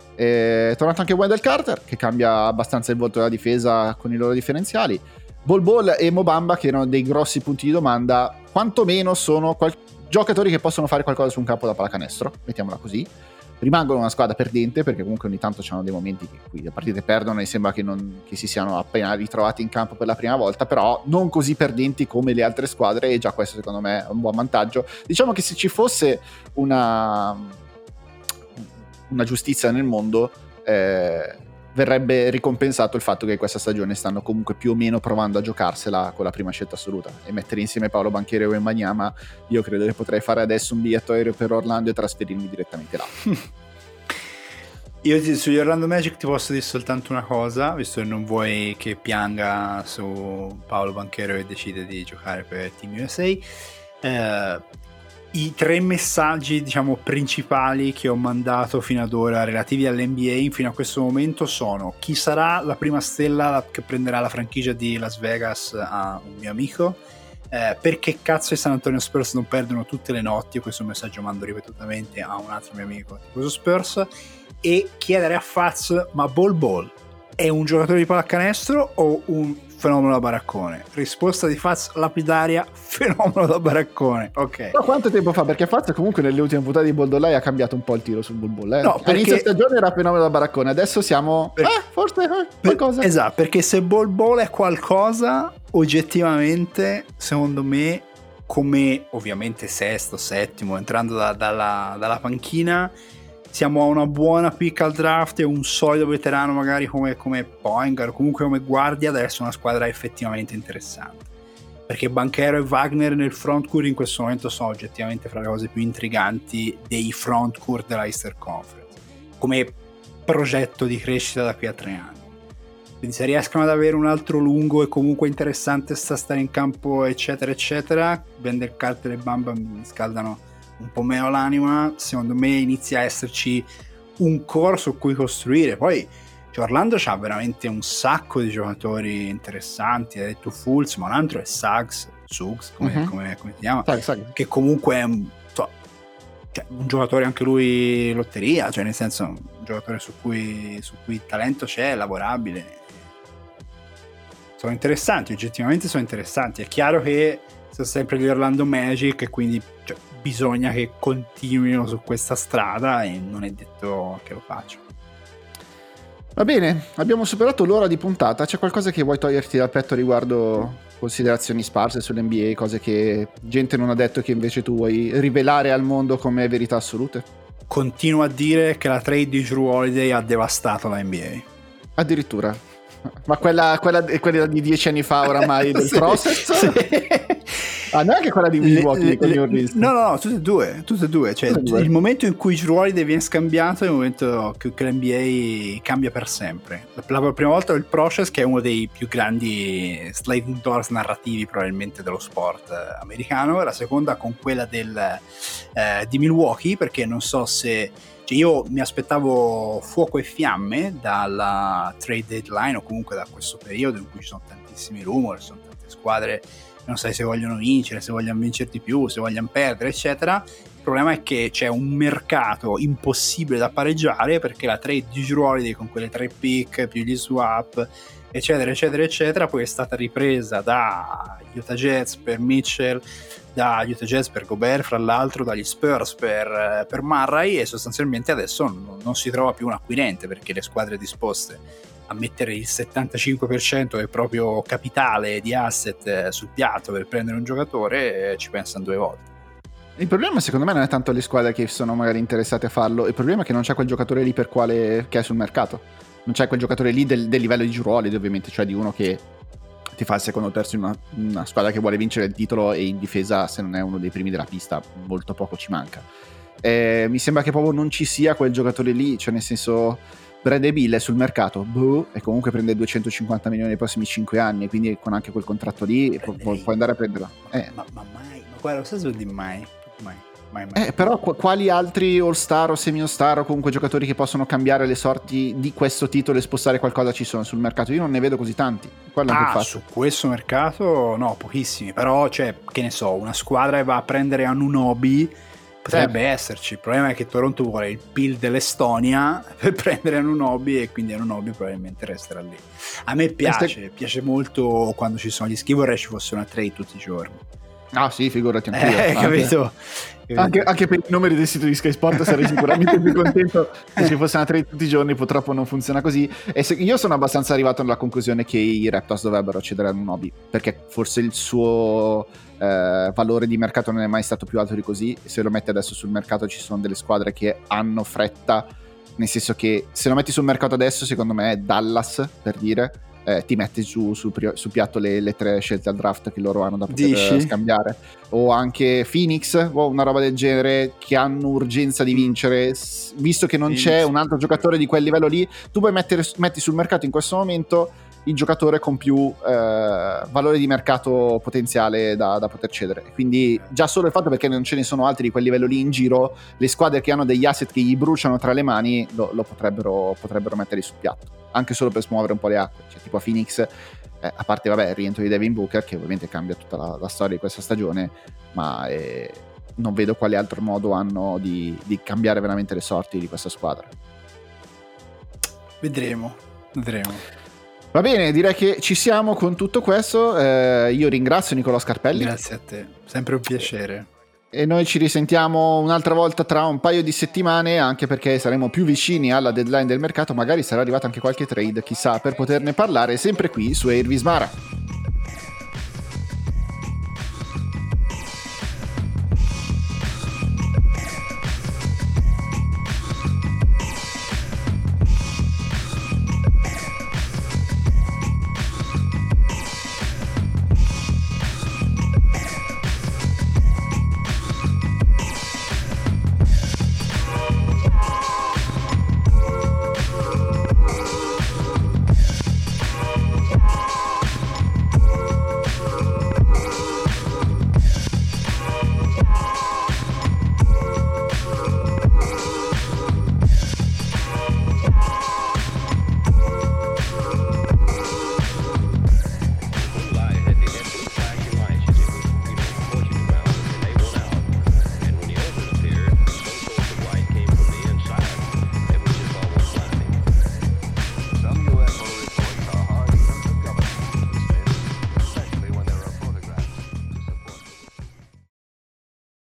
È tornato anche Wendell Carter, che cambia abbastanza il volto della difesa con i loro differenziali. Bol Bol e Mo Bamba, che erano dei grossi punti di domanda, quantomeno sono qual- giocatori che possono fare qualcosa su un campo da pallacanestro, mettiamola così. Rimangono una squadra perdente perché comunque ogni tanto c'hanno dei momenti in cui le partite perdono e sembra che, non, che si siano appena ritrovati in campo per la prima volta, però non così perdenti come le altre squadre, e già questo secondo me è un buon vantaggio. Diciamo che se ci fosse una, una giustizia nel mondo, eh, verrebbe ricompensato il fatto che questa stagione stanno comunque più o meno provando a giocarsela con la prima scelta assoluta, e mettere insieme Paolo Banchero e Wembanyama, io credo che potrei fare adesso un biglietto aereo per Orlando e trasferirmi direttamente là. Io ti, sugli Orlando Magic ti posso dire soltanto una cosa, visto che non vuoi che pianga su Paolo Banchero e decide di giocare per Team U S A. eh, I tre messaggi, diciamo, principali che ho mandato fino ad ora relativi all'N B A fino a questo momento sono: chi sarà la prima stella che prenderà la franchigia di Las Vegas a un mio amico, eh, perché cazzo i San Antonio Spurs non perdono tutte le notti, questo messaggio mando ripetutamente a un altro mio amico tifoso Spurs, e chiedere a Faz: ma Bol Bol è un giocatore di pallacanestro o un fenomeno da baraccone. Risposta di Faz lapidaria, fenomeno da baraccone. Ok. Ma quanto tempo fa? Perché Faz comunque nelle ultime puntate di Boldolai ha cambiato un po' il tiro sul Bull Bull. Eh? No, perché... All'inizio stagione era fenomeno da baraccone, adesso siamo... Per... Eh, forse eh, qualcosa. Per... Esatto, perché se Bol Bol è qualcosa, oggettivamente, secondo me, come ovviamente sesto, settimo, entrando da, dalla, dalla panchina... siamo a una buona pick al draft e un solido veterano magari come, come Poingar, comunque come guardia, deve essere una squadra effettivamente interessante, perché Banchero e Wagner nel frontcourt in questo momento sono oggettivamente fra le cose più intriganti dei frontcourt della Eastern Conference come progetto di crescita da qui a tre anni. Quindi se riescono ad avere un altro lungo e comunque interessante sta stare in campo eccetera eccetera, Wendell Carter e Bamba mi scaldano un po' meno l'anima, secondo me inizia a esserci un core su cui costruire. Poi cioè, Orlando c'ha veramente un sacco di giocatori interessanti, hai detto Fultz, ma un altro è Suggs, Suggs come, uh-huh. come, come si chiama, Suggs, Suggs. Che comunque è un, so, cioè, un giocatore anche lui lotteria, cioè nel senso un giocatore su cui, su cui il talento c'è, è lavorabile. Sono interessanti, oggettivamente sono interessanti. È chiaro che sono sempre gli Orlando Magic e quindi cioè, bisogna che continuino su questa strada e non è detto che lo facciano. Va bene, abbiamo superato l'ora di puntata. C'è qualcosa che vuoi toglierti dal petto riguardo considerazioni sparse sull'N B A, cose che gente non ha detto che invece tu vuoi rivelare al mondo come verità assolute? Continuo a dire che la trade di Jrue Holiday ha devastato la N B A. Addirittura? Ma quella, quella, quella di dieci anni fa oramai del sì, process? Sì. Ah, neanche quella di Milwaukee con gli Orleans. No, no, no, tutte e due, tutte e due. Cioè, tutte e due. Il momento in cui Jrue Holiday viene scambiato è il momento che, che l'N B A cambia per sempre. La, la prima volta il process, che è uno dei più grandi sliding doors narrativi probabilmente dello sport eh, americano, e la seconda con quella del, eh, di Milwaukee, perché non so se... Cioè io mi aspettavo fuoco e fiamme dalla trade deadline o comunque da questo periodo in cui ci sono tantissimi rumor, ci sono tante squadre che non sai se vogliono vincere, se vogliono vincere di più, se vogliono perdere eccetera. Il problema è che c'è un mercato impossibile da pareggiare, perché la trade di Jrue Holiday con quelle tre pick più gli swap eccetera eccetera eccetera poi è stata ripresa da Utah Jazz per Mitchell, da Utah Jazz per Gobert, fra l'altro dagli Spurs per, per Murray, e sostanzialmente adesso non, non si trova più un acquirente, perché le squadre disposte a mettere il settantacinque per cento del proprio capitale di asset sul piatto per prendere un giocatore eh, ci pensano due volte. Il problema secondo me non è tanto le squadre che sono magari interessate a farlo, il problema è che non c'è quel giocatore lì per quale che è sul mercato. Non c'è quel giocatore lì del, del livello di Jrue Holiday, ovviamente, cioè di uno che ti fa il secondo o terzo in una, una squadra che vuole vincere il titolo, e in difesa, se non è uno dei primi della pista, molto poco ci manca. Eh, mi sembra che proprio non ci sia quel giocatore lì, cioè nel senso Bradley Beal è sul mercato, boh, e comunque prende duecentocinquanta milioni nei prossimi cinque anni, quindi con anche quel contratto lì pu- puoi andare a prenderlo. Eh. Ma, ma mai, ma guarda, lo stesso di mai, mai. Mai, mai. Eh, però qu- quali altri all-star o semi-all-star o comunque giocatori che possono cambiare le sorti di questo titolo e spostare qualcosa ci sono sul mercato? Io non ne vedo così tanti. Ah, su questo mercato no, pochissimi. Però, cioè, che ne so, una squadra che va a prendere Anunoby potrebbe eh. esserci. Il problema è che Toronto vuole il P I L dell'Estonia per prendere Anunoby, e quindi Anunoby probabilmente resterà lì. A me piace, Este... piace molto quando ci sono gli schi, vorrei ci fosse una trade tutti i giorni. Ah sì, figurati anche io. Eh, capito? Anche, anche per i numeri del sito di Sky Sport sarei sicuramente più contento se ci fosse una trade tutti i giorni. Purtroppo non funziona così, e se, io sono abbastanza arrivato alla conclusione che i Raptors dovrebbero cedere a Anunoby, perché forse il suo eh, valore di mercato non è mai stato più alto di così. Se lo metti adesso sul mercato ci sono delle squadre che hanno fretta, nel senso che se lo metti sul mercato adesso, secondo me Dallas, per dire, Eh, ti metti su, su, su piatto le, le tre scelte al draft che loro hanno da poter Dici? scambiare, o anche Phoenix o una roba del genere, che hanno urgenza di vincere, visto che non Phoenix. C'è un altro giocatore di quel livello lì, tu puoi mettere, metti sul mercato in questo momento il giocatore con più eh, valore di mercato potenziale da, da poter cedere. Quindi già solo il fatto, perché non ce ne sono altri di quel livello lì in giro, le squadre che hanno degli asset che gli bruciano tra le mani lo, lo potrebbero, potrebbero mettere sul piatto, anche solo per smuovere un po' le acque. Cioè, tipo a Phoenix, eh, a parte vabbè il rientro di Devin Booker, che ovviamente cambia tutta la, la storia di questa stagione, ma eh, non vedo quale altro modo hanno di, di cambiare veramente le sorti di questa squadra. Vedremo, vedremo. Va bene, direi che ci siamo con tutto questo. Eh, io ringrazio Nicolò Scarpelli. Grazie a te, sempre un piacere. E noi ci risentiamo un'altra volta tra un paio di settimane, anche perché saremo più vicini alla deadline del mercato. Magari sarà arrivata anche qualche trade, chissà, per poterne parlare sempre qui su Air Vismara.